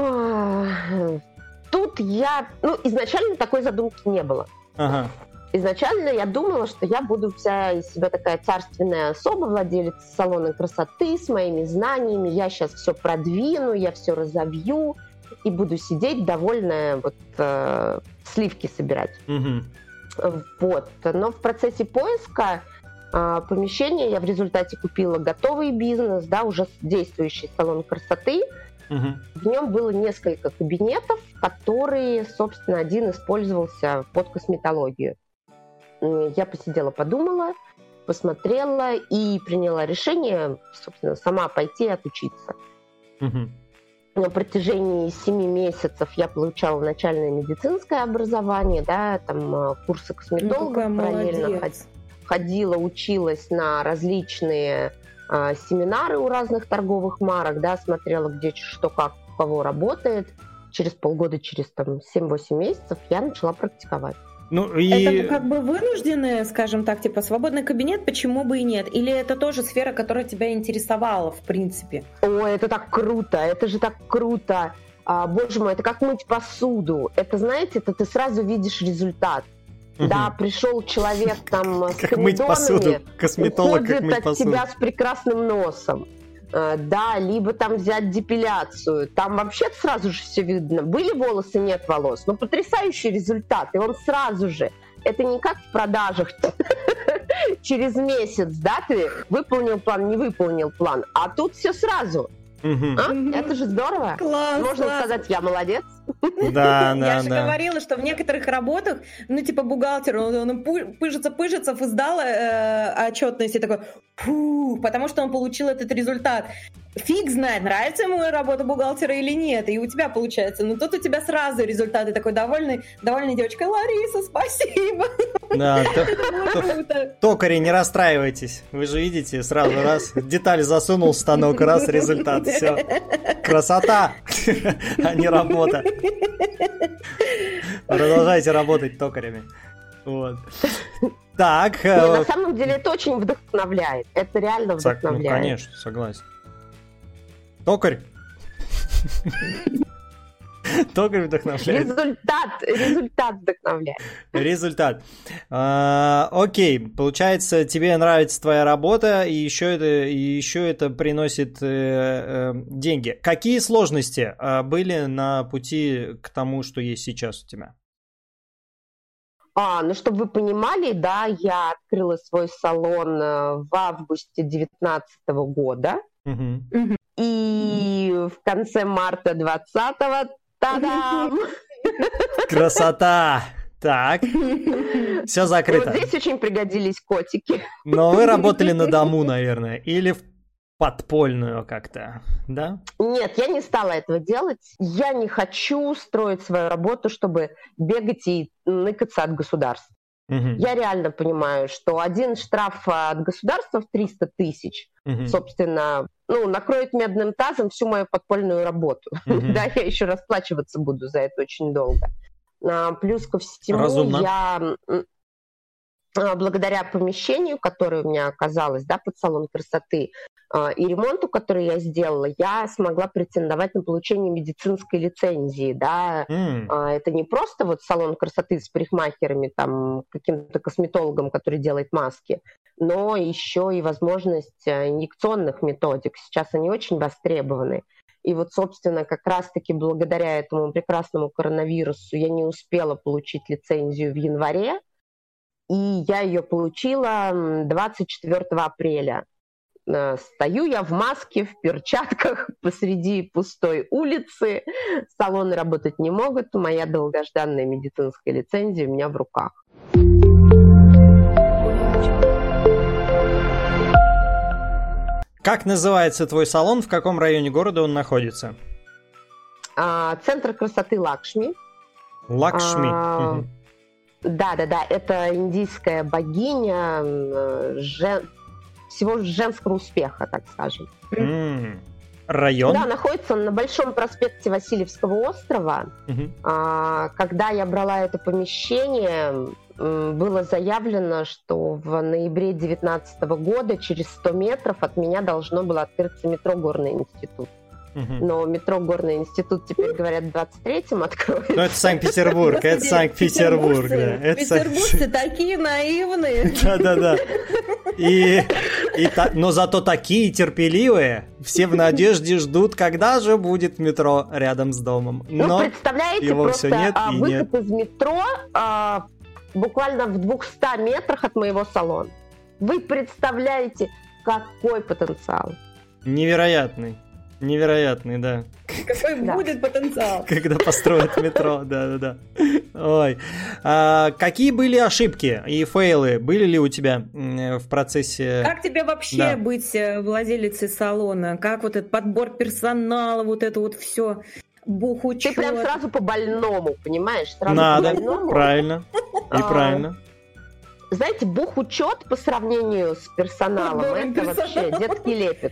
Тут я... Ну, изначально такой задумки не было. Ага. Изначально я думала, что я буду вся из себя такая царственная особа, владелец салона красоты с моими знаниями. Я сейчас все продвину, я все разовью и буду сидеть довольная, вот, э, сливки собирать. Угу. Вот. Но в процессе поиска э, помещения я в результате купила готовый бизнес, да, уже действующий салон красоты. Угу. В нем было несколько кабинетов, которые, собственно, один использовался под косметологию. Я посидела, подумала, посмотрела и приняла решение, собственно, сама пойти отучиться. Угу. На протяжении семи месяцев я получала начальное медицинское образование, да, там курсы косметолога, ну, параллельно молодец. Ходила, училась на различные а, семинары у разных торговых марок, да, смотрела, где что, как, у кого работает. Через полгода, через там семь-восемь месяцев я начала практиковать. Ну, и... Это как бы вынужденный, скажем так, типа свободный кабинет, почему бы и нет? Или это тоже сфера, которая тебя интересовала, в принципе? Ой, это так круто, это же так круто. А, боже мой, это как мыть посуду. Это, знаете, это ты сразу видишь результат. Угу. Да, пришел человек там с коридонами, уходит от тебя с прекрасным носом. Да, либо там взять депиляцию, там вообще сразу же все видно, были волосы, нет волос, но потрясающий результат, и он сразу же, это не как в продажах, через месяц, да, ты выполнил план, не выполнил план, а тут все сразу. Угу. А? Это же здорово. Класс, Можно класс. сказать, я молодец. Да, да, я же да. говорила, что в некоторых работах, ну, типа бухгалтер, он, он пыжится, пыжится, издал э, отчетность и такой, фу, потому что он получил этот результат. Фиг знает, нравится ему работа бухгалтера или нет, и у тебя получается. Но тут у тебя сразу результаты такой довольный, довольной девочкой. Лариса, спасибо. Да, то, токари, не расстраивайтесь. Вы же видите, сразу раз, деталь засунул в станок, раз, результат, все. Красота, а не работа. Продолжайте работать токарями. Вот. Так. Не, на самом деле это очень вдохновляет. Это реально вдохновляет. Ну, конечно, согласен. Токарь. Токарь вдохновляет. Результат, результат вдохновляет. Результат. А, окей, получается, тебе нравится твоя работа, и еще это, и еще это приносит э, э, деньги. Какие сложности э, были на пути к тому, что есть сейчас у тебя? А, ну, чтобы вы понимали, да, я открыла свой салон в августе две тысячи девятнадцатого года. Угу. И в конце марта двадцатого, та-дам! Красота! Так, все закрыто. Вот здесь очень пригодились котики. Но вы работали на дому, наверное, или в подпольную как-то, да? Нет, я не стала этого делать. Я не хочу строить свою работу, чтобы бегать и ныкаться от государства. Угу. Я реально понимаю, что один штраф от государства в триста тысяч, угу. собственно, ну, накроет медным тазом всю мою подпольную работу. Угу. Да, я еще расплачиваться буду за это очень долго. А, плюс ко всему, разумно. я... благодаря помещению, которое у меня оказалось, да, под салон красоты, и ремонту, который я сделала, я смогла претендовать на получение медицинской лицензии, да. Mm. Это не просто вот салон красоты с парикмахерами, там, каким-то косметологом, который делает маски, но еще и возможность инъекционных методик. Сейчас они очень востребованы. И вот, собственно, как раз-таки благодаря этому прекрасному коронавирусу я не успела получить лицензию в январе, и я ее получила двадцать четвёртого апреля. Стою я в маске, в перчатках посреди пустой улицы, салоны работать не могут, моя долгожданная медицинская лицензия у меня в руках. Как называется твой салон, в каком районе города он находится? А, центр красоты Лакшми. Лакшми. А, угу. Да, да, да, это индийская богиня жен... всего женского успеха, так скажем. Mm. Район? Да, находится он на Большом проспекте Васильевского острова. Uh-huh. А, когда я брала это помещение, было заявлено, что в ноябре две тысячи девятнадцатого года через сто метров от меня должно было открыться метро «Горный институт». Uh-huh. Но метро «Горный институт» теперь, говорят, в двадцать третьем откроется. Ну, это Санкт-Петербург, это Санкт-Петербург, да. Петербуржцы такие наивные. Да-да-да. И, и та, но зато такие терпеливые, все в надежде ждут, когда же будет метро рядом с домом. Но ну, представляете, его просто все нет а, и выход нет. из метро а, буквально в двухстах метрах от моего салона. Вы представляете, какой потенциал? Невероятный. Невероятный, да. Какой да. будет потенциал? Когда построят метро, да-да-да. Ой. А, какие были ошибки и фейлы? Были ли у тебя в процессе... Как тебе вообще да. быть владелицей салона? Как вот этот подбор персонала, вот это вот все, бухучет? Ты прям сразу по больному, понимаешь? Сразу Надо, по больному. Правильно. И правильно. Знаете, бухучет по сравнению с персоналом, это вообще детский лепет.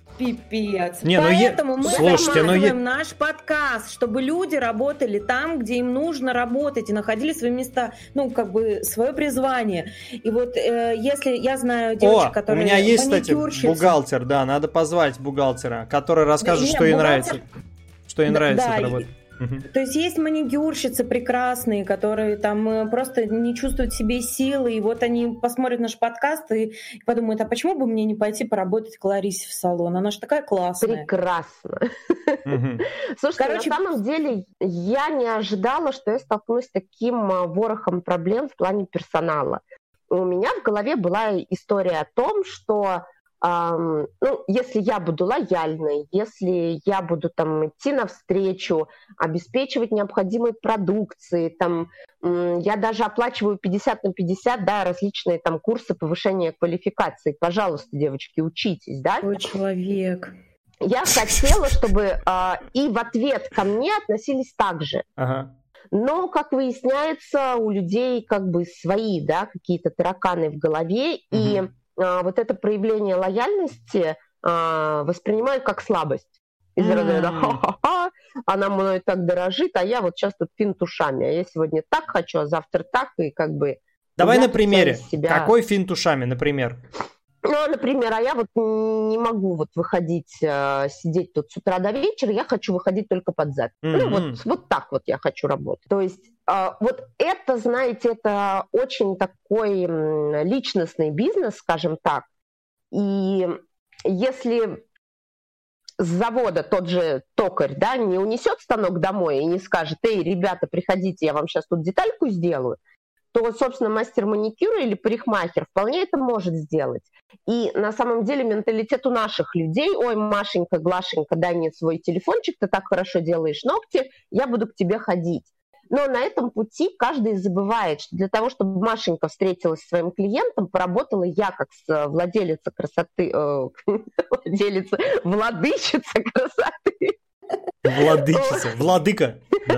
Пипец. Не, Поэтому ну, мы слушайте, записываем ну, наш подкаст, чтобы люди работали там, где им нужно работать, и находили свои места, ну, как бы, свое призвание. И вот э, если я знаю девочек, О, которые... у меня есть, кстати, бухгалтер, да, надо позвать бухгалтера, который расскажет, да, что ей нравится. Что ей да, нравится да, работать. Угу. То есть есть маникюрщицы прекрасные, которые там просто не чувствуют в себе силы, и вот они посмотрят наш подкаст и подумают, а почему бы мне не пойти поработать к Ларисе в салон? Она же такая классная. Прекрасно. Угу. Слушайте, Короче, на самом деле я не ожидала, что я столкнусь с таким ворохом проблем в плане персонала. У меня в голове была история о том, что Um, ну, если я буду лояльной, если я буду там идти навстречу, обеспечивать необходимой продукцией, там, м, я даже оплачиваю пятьдесят на пятьдесят, да, различные там курсы повышения квалификации. Пожалуйста, девочки, учитесь, да? Ой, человек. Я хотела, чтобы а, и в ответ ко мне относились так же. Ага. Но, как выясняется, у людей как бы свои, да, какие-то тараканы в голове, угу. и а, вот это проявление лояльности а, воспринимают как слабость. Из разряда «ха-ха-ха, она мной так дорожит, а я вот сейчас тут финт ушами, а я сегодня так хочу, а завтра так», и как бы... Давай на примере. Себя... Какой финт ушами, например? Ну, например, а я вот не могу вот выходить, сидеть тут с утра до вечера, я хочу выходить только под запись. Mm-hmm. Ну, вот, вот так вот я хочу работать. То есть вот это, знаете, это очень такой личностный бизнес, скажем так. И если с завода тот же токарь, да, не унесет станок домой и не скажет: «Эй, ребята, приходите, я вам сейчас тут детальку сделаю», то, собственно, мастер маникюра или парикмахер вполне это может сделать. И на самом деле менталитет у наших людей: «Ой, Машенька, Глашенька, дай мне свой телефончик, ты так хорошо делаешь ногти, я буду к тебе ходить». Но на этом пути каждый забывает, что для того, чтобы Машенька встретилась с своим клиентом, поработала я как владелица красоты, э, владелица, владычица красоты. Владычица, владыка. Да.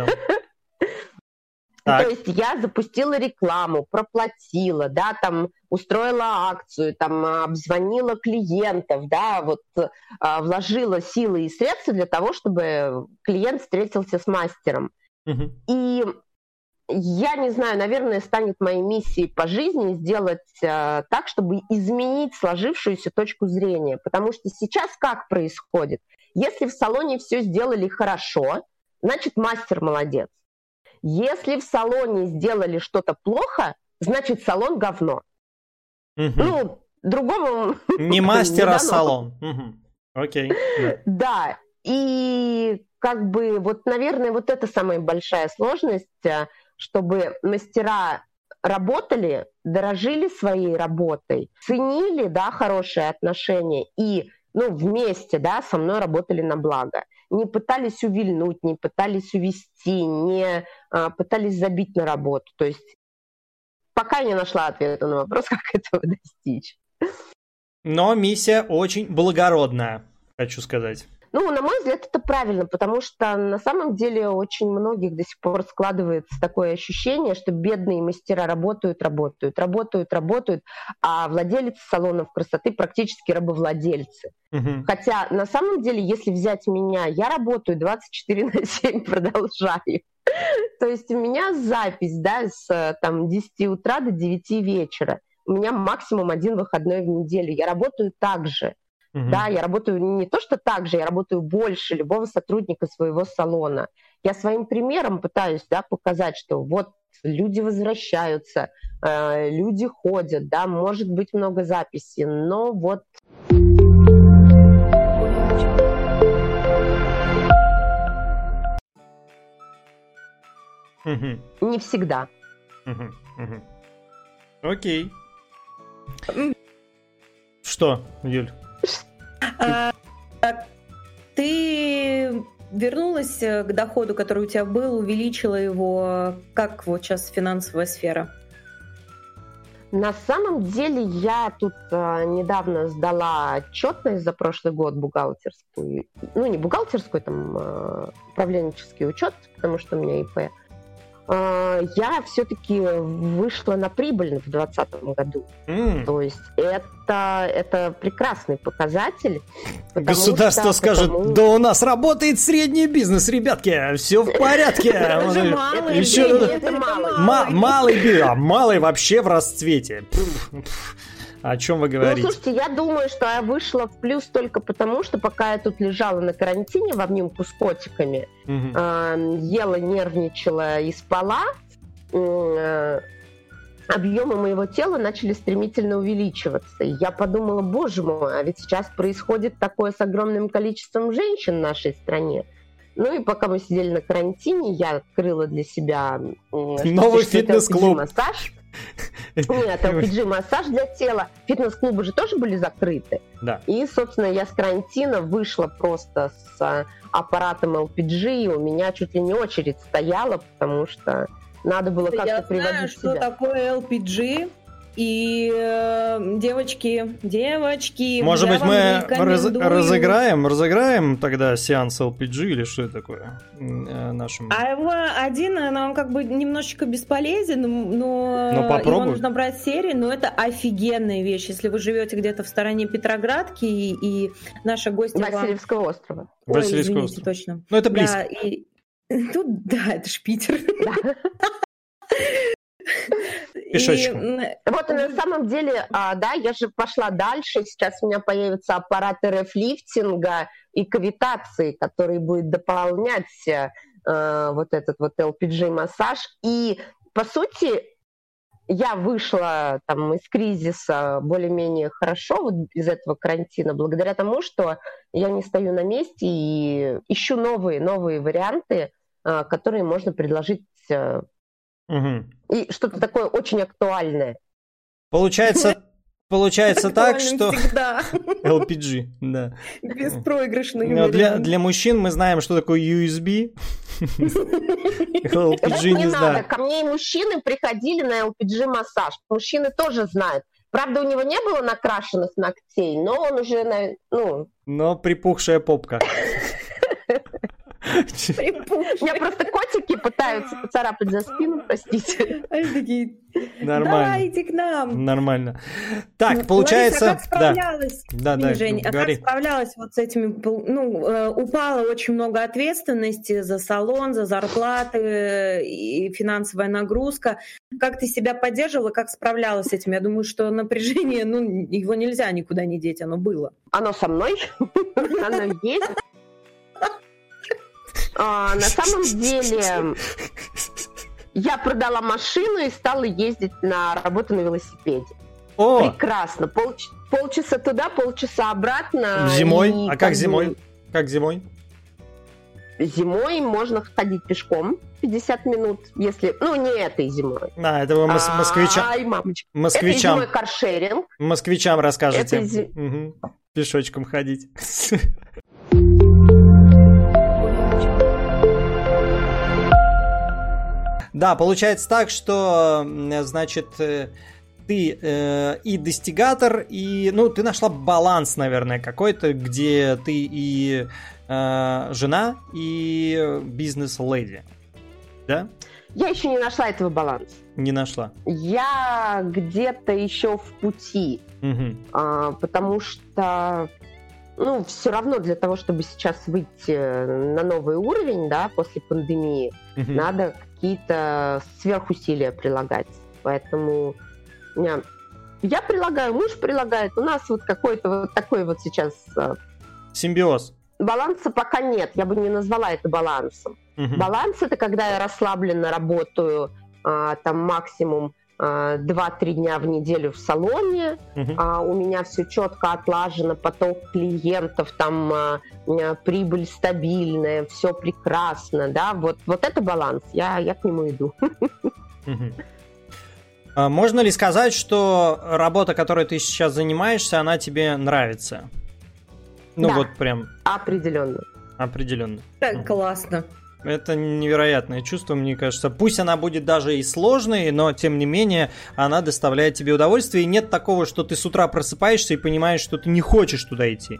Так. То есть я запустила рекламу, проплатила, да, там устроила акцию, там обзвонила клиентов, да, вот а, вложила силы и средства для того, чтобы клиент встретился с мастером. Угу. И я не знаю, наверное, станет моей миссией по жизни сделать э, так, чтобы изменить сложившуюся точку зрения. Потому что сейчас как происходит? Если в салоне все сделали хорошо, значит, мастер молодец. Если в салоне сделали что-то плохо, значит, салон говно. Угу. Ну, другому... Не мастер, а салон. Угу. Окей. Да, и как бы вот, наверное, вот это самая большая сложность, чтобы мастера работали, дорожили своей работой, ценили, да, хорошие отношения и, ну, вместе, да, со мной работали на благо. Не пытались увильнуть, не пытались увести, не а, пытались забить на работу. То есть пока не нашла ответа на вопрос, как этого достичь. Но миссия очень благородная, хочу сказать. Ну, на мой взгляд, это правильно, потому что на самом деле очень многих до сих пор складывается такое ощущение, что бедные мастера работают, работают, работают, работают, а владельцы салонов красоты практически рабовладельцы. Угу. Хотя на самом деле, если взять меня, я работаю двадцать четыре на семь, продолжаю. То есть у меня запись, да, с там, десяти утра до девяти вечера. У меня максимум один выходной в неделю. Я работаю так же. Uh-huh. Да, я работаю не то, что так же, я работаю больше любого сотрудника своего салона. Я своим примером пытаюсь, да, показать, что вот люди возвращаются, э, люди ходят, да, может быть много записей, но вот... Uh-huh. Не всегда. Uh-huh. Uh-huh. Окей. Что, Юль? А, ты вернулась к доходу, который у тебя был, увеличила его. Как вот сейчас финансовая сфера? На самом деле я тут а, недавно сдала отчетность за прошлый год бухгалтерскую. Ну, не бухгалтерскую, там а, управленческий учет, потому что у меня ИП. Я все-таки вышла на прибыль в двадцатом году. Mm. То есть это, это прекрасный показатель. Государство что, скажет, потому... да у нас работает средний бизнес, ребятки, все в порядке. Малый бизнес, а малый вообще в расцвете. О чем вы говорите? Ну, слушайте, я думаю, что я вышла в плюс только потому, что пока я тут лежала на карантине в обнимку с котиками, угу. э, ела, нервничала и спала, э, объемы моего тела начали стремительно увеличиваться. И я подумала, боже мой, а ведь сейчас происходит такое с огромным количеством женщин в нашей стране. Ну и пока мы сидели на карантине, я открыла для себя новый фитнес-клуб. Массаж. Нет, эл пи джи-массаж для тела. Фитнес-клубы же тоже были закрыты. Да. И, собственно, я с карантина вышла просто с аппаратом эл пи джи, и у меня чуть ли не очередь стояла, потому что надо было как-то я приводить знаю, себя. Что такое эл пи джи. И э, девочки, девочки, может быть, мы раз, разыграем, разыграем тогда сеанс эл пи джи или что это такое э, нашим? А его один, он как бы немножечко бесполезен, но, но его нужно брать серии, но это офигенная вещь, если вы живете где-то в стороне Петроградки и, и наша гостья Васильевского вам... острова. Ой, Васильевского извините, острова. Точно. Ну это близко. Да, и... Тут, да, это ж Питер. Пешочком. И, вот и на самом деле, а, да, я же пошла дальше. Сейчас у меня появится аппарат эр эф-лифтинга и кавитации, который будет дополнять а, вот этот вот эл пи джи-массаж. И, по сути, я вышла там из кризиса более-менее хорошо вот из этого карантина, благодаря тому, что я не стою на месте и ищу новые, новые варианты, а, которые можно предложить. Угу. И что-то такое очень актуальное. Получается, получается так, что... всегда. эл пи джи, да. Беспроигрышный вариант. Для, для мужчин мы знаем, что такое ю эс би. эл пи джи не знаю. Ко мне и мужчины приходили на эл пи джи-массаж. Мужчины тоже знают. Правда, у него не было накрашенных ногтей, но он уже, ну... Но припухшая попка. У меня просто котики пытаются поцарапать за спину, простите. Они такие, Нормально. давайте к нам. Нормально. Так, получается... Лариса, как справлялась, да, да, Жень, а как справлялась вот с этими... Ну, упало очень много ответственности за салон, за зарплаты и финансовая нагрузка. Как ты себя поддерживала, как справлялась с этим? Я думаю, что напряжение, ну, его нельзя никуда не деть, оно было. Оно со мной, оно есть. А, на самом деле, я продала машину и стала ездить на работу на велосипеде. О! Прекрасно. Пол, полчаса туда, полчаса обратно. Зимой? И, а как, как зимой? бы, Как зимой? Зимой можно ходить пешком пятьдесят минут, если... Ну, не этой зимой. А, это вы мос- москвичам... Ай, мамочка. Москвичам... Это зимой каршеринг. Москвичам расскажете. Зи... Угу. Пешочком ходить. Да, получается так, что, значит, ты э, и достигатор, и, ну, ты нашла баланс, наверное, какой-то, где ты и э, жена, и бизнес-леди, да? Я еще не нашла этого баланса. Не нашла. Я где-то еще в пути, угу. а, потому что, ну, все равно для того, чтобы сейчас выйти на новый уровень, да, после пандемии, угу. надо какие-то сверхусилия прилагать. Поэтому я, я прилагаю, муж прилагает. У нас вот какой-то вот такой вот сейчас... Симбиоз. Баланса пока нет. Я бы не назвала это балансом. Uh-huh. Баланс — это когда я расслабленно работаю а, там максимум а, два-три дня в неделю в салоне. Uh-huh. А, у меня все четко отлажено, поток клиентов, там а, прибыль стабильная, все прекрасно. Да? Вот, вот это баланс. Я, я к нему иду. Uh-huh. Можно ли сказать, что работа, которой ты сейчас занимаешься, она тебе нравится? Ну да, вот прям. Определенно. Определенно. Так, классно. Это невероятное чувство, мне кажется. Пусть она будет даже и сложной, но тем не менее она доставляет тебе удовольствие. И нет такого, что ты с утра просыпаешься и понимаешь, что ты не хочешь туда идти.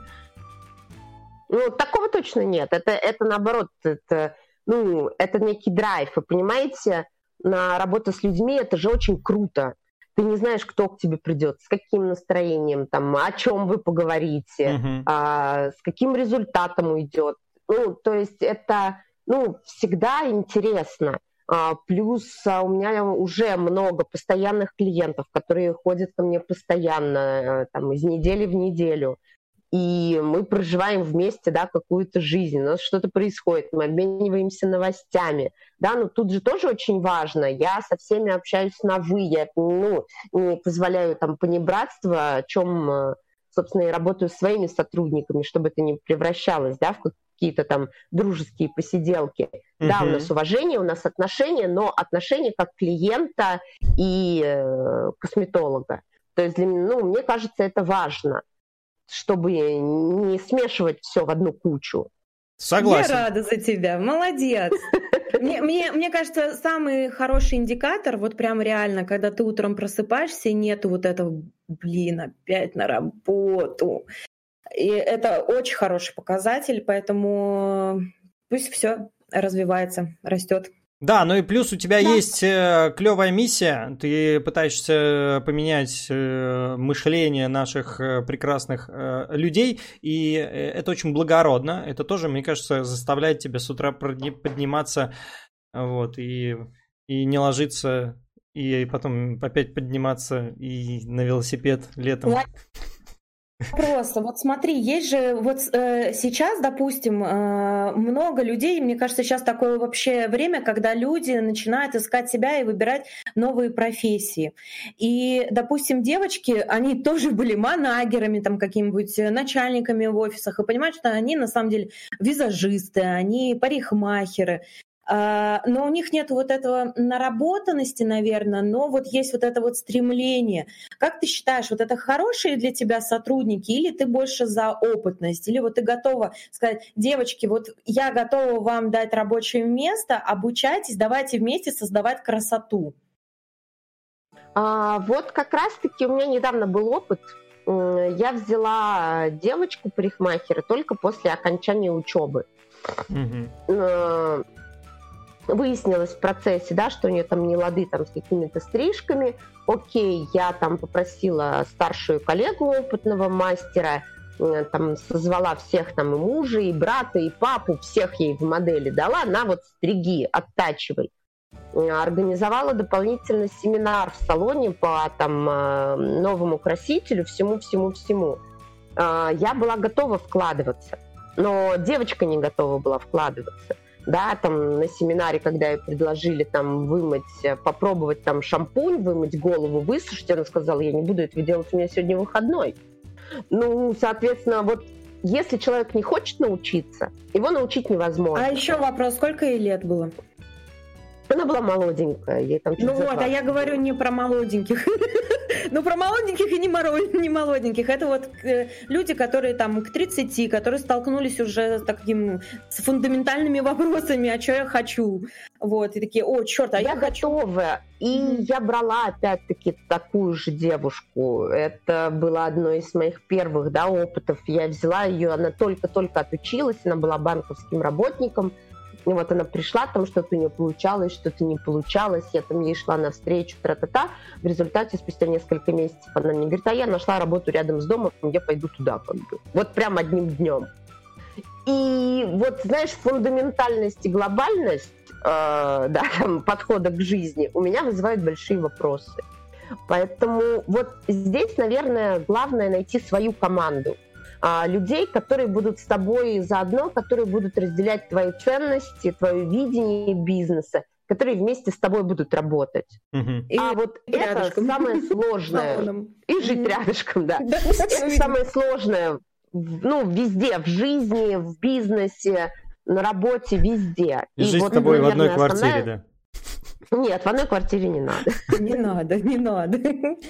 Ну, такого точно нет. Это, это наоборот, это, ну, это некий драйв. Вы понимаете, на работу с людьми это же очень круто. Ты не знаешь, кто к тебе придет, с каким настроением, там, о чем вы поговорите, uh-huh. а, с каким результатом уйдет. Ну, то есть это, ну, всегда интересно. А, плюс а, у меня уже много постоянных клиентов, которые ходят ко мне постоянно, там, из недели в неделю. И мы проживаем вместе, да, какую-то жизнь, у нас что-то происходит, мы обмениваемся новостями, да, но тут же тоже очень важно, я со всеми общаюсь на «вы», я, ну, не позволяю там понебратства, о чем, собственно, и работаю с своими сотрудниками, чтобы это не превращалось, да, в какие-то там дружеские посиделки. Uh-huh. Да, у нас уважение, у нас отношения, но отношения как клиента и э, косметолога. То есть, для меня, ну, мне кажется, это важно, чтобы не смешивать все в одну кучу. Согласен. Я рада за тебя, молодец. Мне, мне, мне кажется, самый хороший индикатор, вот прям реально, когда ты утром просыпаешься, и нету вот этого, блин, опять на работу. И это очень хороший показатель, поэтому пусть все развивается, растет. Да, ну и плюс у тебя да. есть э, клевая миссия, ты пытаешься поменять э, мышление наших э, прекрасных э, людей, и э, это очень благородно, это тоже, мне кажется, заставляет тебя с утра подниматься, вот, и, и не ложиться, и потом опять подниматься и на велосипед летом. Просто, вот смотри, есть же вот э, сейчас, допустим, э, много людей, мне кажется, сейчас такое вообще время, когда люди начинают искать себя и выбирать новые профессии. И, допустим, девочки, они тоже были манагерами, там, какими-нибудь начальниками в офисах, и понимают, что они на самом деле визажисты, они парикмахеры. Но у них нет вот этого наработанности, наверное, но вот есть вот это вот стремление. Как ты считаешь, вот это хорошие для тебя сотрудники, или ты больше за опытность? Или вот ты готова сказать: девочки, вот я готова вам дать рабочее место, обучайтесь, давайте вместе создавать красоту? А, вот как раз-таки у меня недавно был опыт. Я взяла девочку-парикмахера только после окончания учебы. Mm-hmm. Выяснилось в процессе, да, что у нее там не лады там, с какими-то стрижками. Окей, я там попросила старшую коллегу опытного мастера, там созвала всех там и мужа, и брата, и папу, всех ей в модели дала, на вот стриги, оттачивай. Организовала дополнительно семинар в салоне по там новому красителю, всему-всему-всему. Я была готова вкладываться, но девочка не готова была вкладываться. Да, там на семинаре, когда ей предложили там вымыть, попробовать там шампунь, вымыть голову, высушить, она сказала, я не буду этого делать, у меня сегодня выходной. Ну, соответственно, вот если человек не хочет научиться, его научить невозможно. А еще вопрос, сколько ей лет было? Она была молоденькая, ей там Ну вот, а я говорю не про молоденьких. Ну, про молоденьких и не, моро- не молоденьких. Это вот э, люди, которые там к тридцати, которые столкнулись уже с таким, с фундаментальными вопросами, а что я хочу. Вот, и такие, о, черт, а я, я хочу. готова. И mm-hmm. я брала, опять-таки, такую же девушку. Это было одно из моих первых, да, опытов. Я взяла ее, она только-только отучилась, она была банковским работником. И вот она пришла, там что-то у нее получалось, что-то не получалось, я там ей шла навстречу, тра-та-та. В результате спустя несколько месяцев она мне говорит, а я нашла работу рядом с домом, я пойду туда как бы. Вот прям одним днем. И вот, знаешь, фундаментальность и глобальность э, да, подхода к жизни у меня вызывают большие вопросы. Поэтому вот здесь, наверное, главное найти свою команду. Людей, которые будут с тобой заодно, которые будут разделять твои ценности, твое видение бизнеса, которые вместе с тобой будут работать. Uh-huh. А вот рядышком. Это самое сложное. И жить uh-huh. рядышком, да. Это самое сложное, ну, везде, в жизни, в бизнесе, на работе, везде. И, и жить вот, с тобой наверное, в одной квартире, основная... да. Нет, в одной квартире не надо. Не надо, не надо.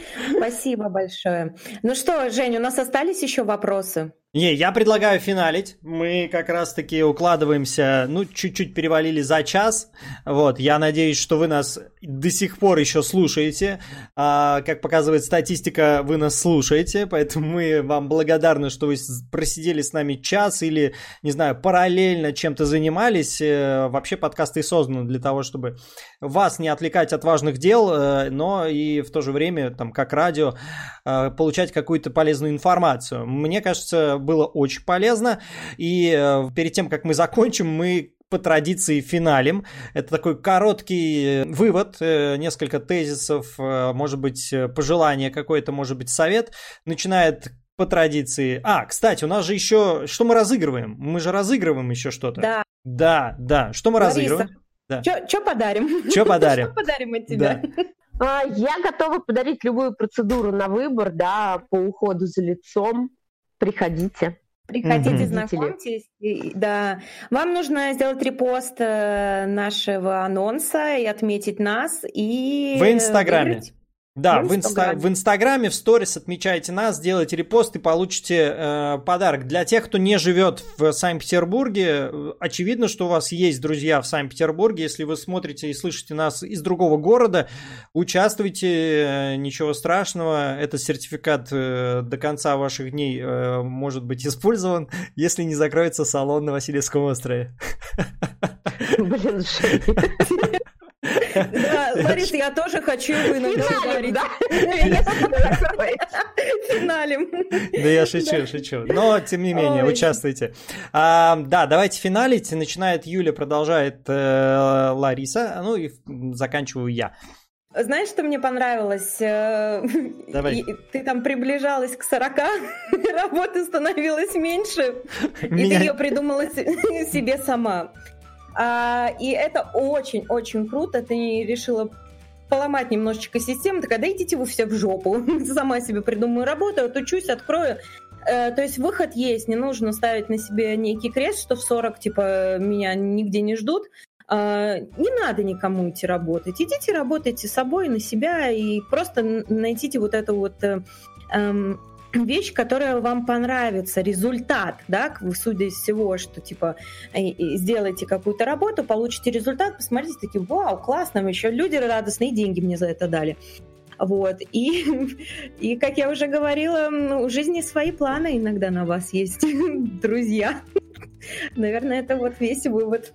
Спасибо большое. Ну что, Жень, у нас остались еще вопросы? Не, я предлагаю финалить. Мы как раз-таки укладываемся, ну, чуть-чуть перевалили за час. Вот, я надеюсь, что вы нас до сих пор еще слушаете. А, как показывает статистика, вы нас слушаете, поэтому мы вам благодарны, что вы просидели с нами час или, не знаю, параллельно чем-то занимались. Вообще подкасты созданы для того, чтобы вас не отвлекать от важных дел, но и в то же время, там, как радио, получать какую-то полезную информацию. Мне кажется, было очень полезно. И э, перед тем, как мы закончим, мы по традиции финалим. Это такой короткий вывод, э, несколько тезисов, э, может быть, пожелание какое-то, может быть, совет. Начинает по традиции... А, кстати, у нас же еще... Что мы разыгрываем? Мы же разыгрываем еще что-то. Да. Да, да. Что мы Лариса, разыгрываем? Да. Что подарим? Что подарим? Что подарим от тебя? Да. Я готова подарить любую процедуру на выбор, да, по уходу за лицом. Приходите. Приходите, mm-hmm. знакомьтесь. Да. Вам нужно сделать репост нашего анонса и отметить нас. И в Инстаграме. Выиграть. Да, в, инста- в Инстаграме, в сторис отмечайте нас, делайте репост и получите э, подарок. Для тех, кто не живет в Санкт-Петербурге, очевидно, что у вас есть друзья в Санкт-Петербурге. Если вы смотрите и слышите нас из другого города, участвуйте, ничего страшного. Этот сертификат э, до конца ваших дней э, может быть использован, если не закроется салон на Васильевском острове. Блин, Да, Ларис, я тоже хочу вынужден говорить. Финалим. Да я шучу, шучу. Но, тем не менее, Ой. участвуйте. А, да, давайте финалить. Начинает Юля, продолжает э, Лариса. Ну и заканчиваю я. Знаешь, что мне понравилось? Давай. Ты там приближалась к сорока, работы становилось меньше, Меня... и ты ее придумала себе сама. А, и это очень-очень круто. Ты решила поломать немножечко систему. Ты когда идите вы все в жопу. Сама себе придумаю работу, отучусь, открою. А, то есть выход есть. Не нужно ставить на себе некий крест, что в сорок типа меня нигде не ждут. А, не надо никому идти работать. Идите работайте с собой, на себя и просто найдите вот эту вот... Эм, вещь, которая вам понравится, результат, да, судя из всего, что, типа, сделайте какую-то работу, получите результат, посмотрите, такие, вау, классно, еще люди радостные, деньги мне за это дали. Вот. И, и, как я уже говорила, у жизни свои планы иногда на вас есть, друзья. Наверное, это вот весь вывод.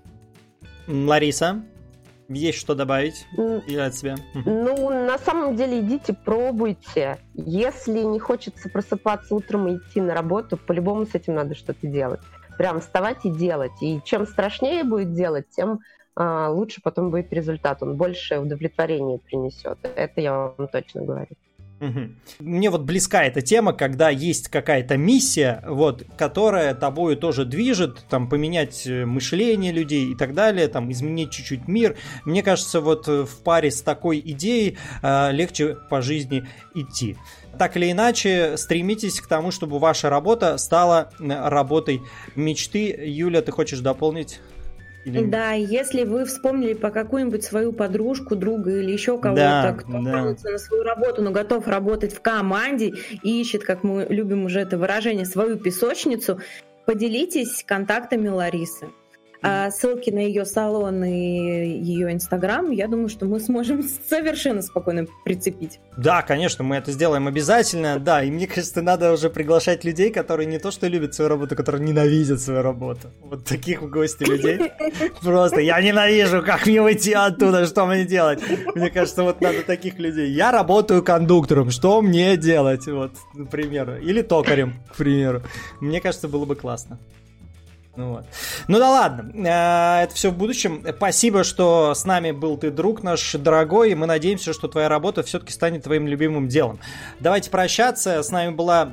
Лариса, есть что добавить или от себя? Ну, на самом деле, идите, пробуйте. Если не хочется просыпаться утром и идти на работу, по-любому с этим надо что-то делать. Прям вставать и делать. И чем страшнее будет делать, тем а, лучше потом будет результат. Он больше удовлетворения принесет. Это я вам точно говорю. Угу. Мне вот близка эта тема, когда есть какая-то миссия, вот, которая тобою тоже движет, там, поменять мышление людей и так далее, там, изменить чуть-чуть мир. Мне кажется, вот в паре с такой идеей э, легче по жизни идти. Так или иначе, стремитесь к тому, чтобы ваша работа стала работой мечты. Юля, ты хочешь дополнить? Или... Да, если вы вспомнили по какую-нибудь свою подружку, друга или еще кого-то, да, кто да. на свою работу, но готов работать в команде и ищет, как мы любим уже это выражение, свою песочницу, поделитесь контактами Ларисы. А ссылки на ее салон и ее инстаграм, я думаю, что мы сможем совершенно спокойно прицепить. Да, конечно, мы это сделаем обязательно, да, и мне кажется, надо уже приглашать людей, которые не то что любят свою работу, которые ненавидят свою работу. Вот таких в гости людей. Просто я ненавижу, как мне уйти оттуда, что мне делать? Мне кажется, вот надо таких людей. Я работаю кондуктором, что мне делать? Вот, к примеру. Или токарем, к примеру. Мне кажется, было бы классно. Ну, вот. Ну да ладно, это все в будущем. Спасибо, что с нами был ты, друг наш дорогой, и мы надеемся, что твоя работа все-таки станет твоим любимым делом. Давайте прощаться. С нами была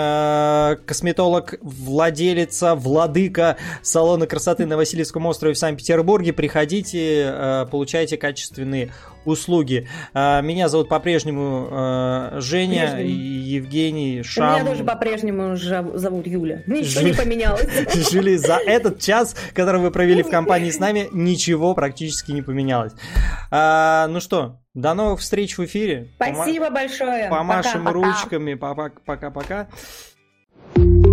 э, косметолог, владелица, владыка салона красоты на Васильевском острове в Санкт-Петербурге. Приходите, э, получайте качественные услуги. Э, меня зовут по-прежнему э, Женя Прежним. и Евгений Шам. Меня тоже по-прежнему зовут Юля. Ничего Жю... не поменялось. Жюли, за этот час, который вы провели в компании с нами, ничего практически не поменялось. А, ну что, до новых встреч в эфире. Спасибо Пома- большое. Помашем Пока-пока. ручками. Пока-пока.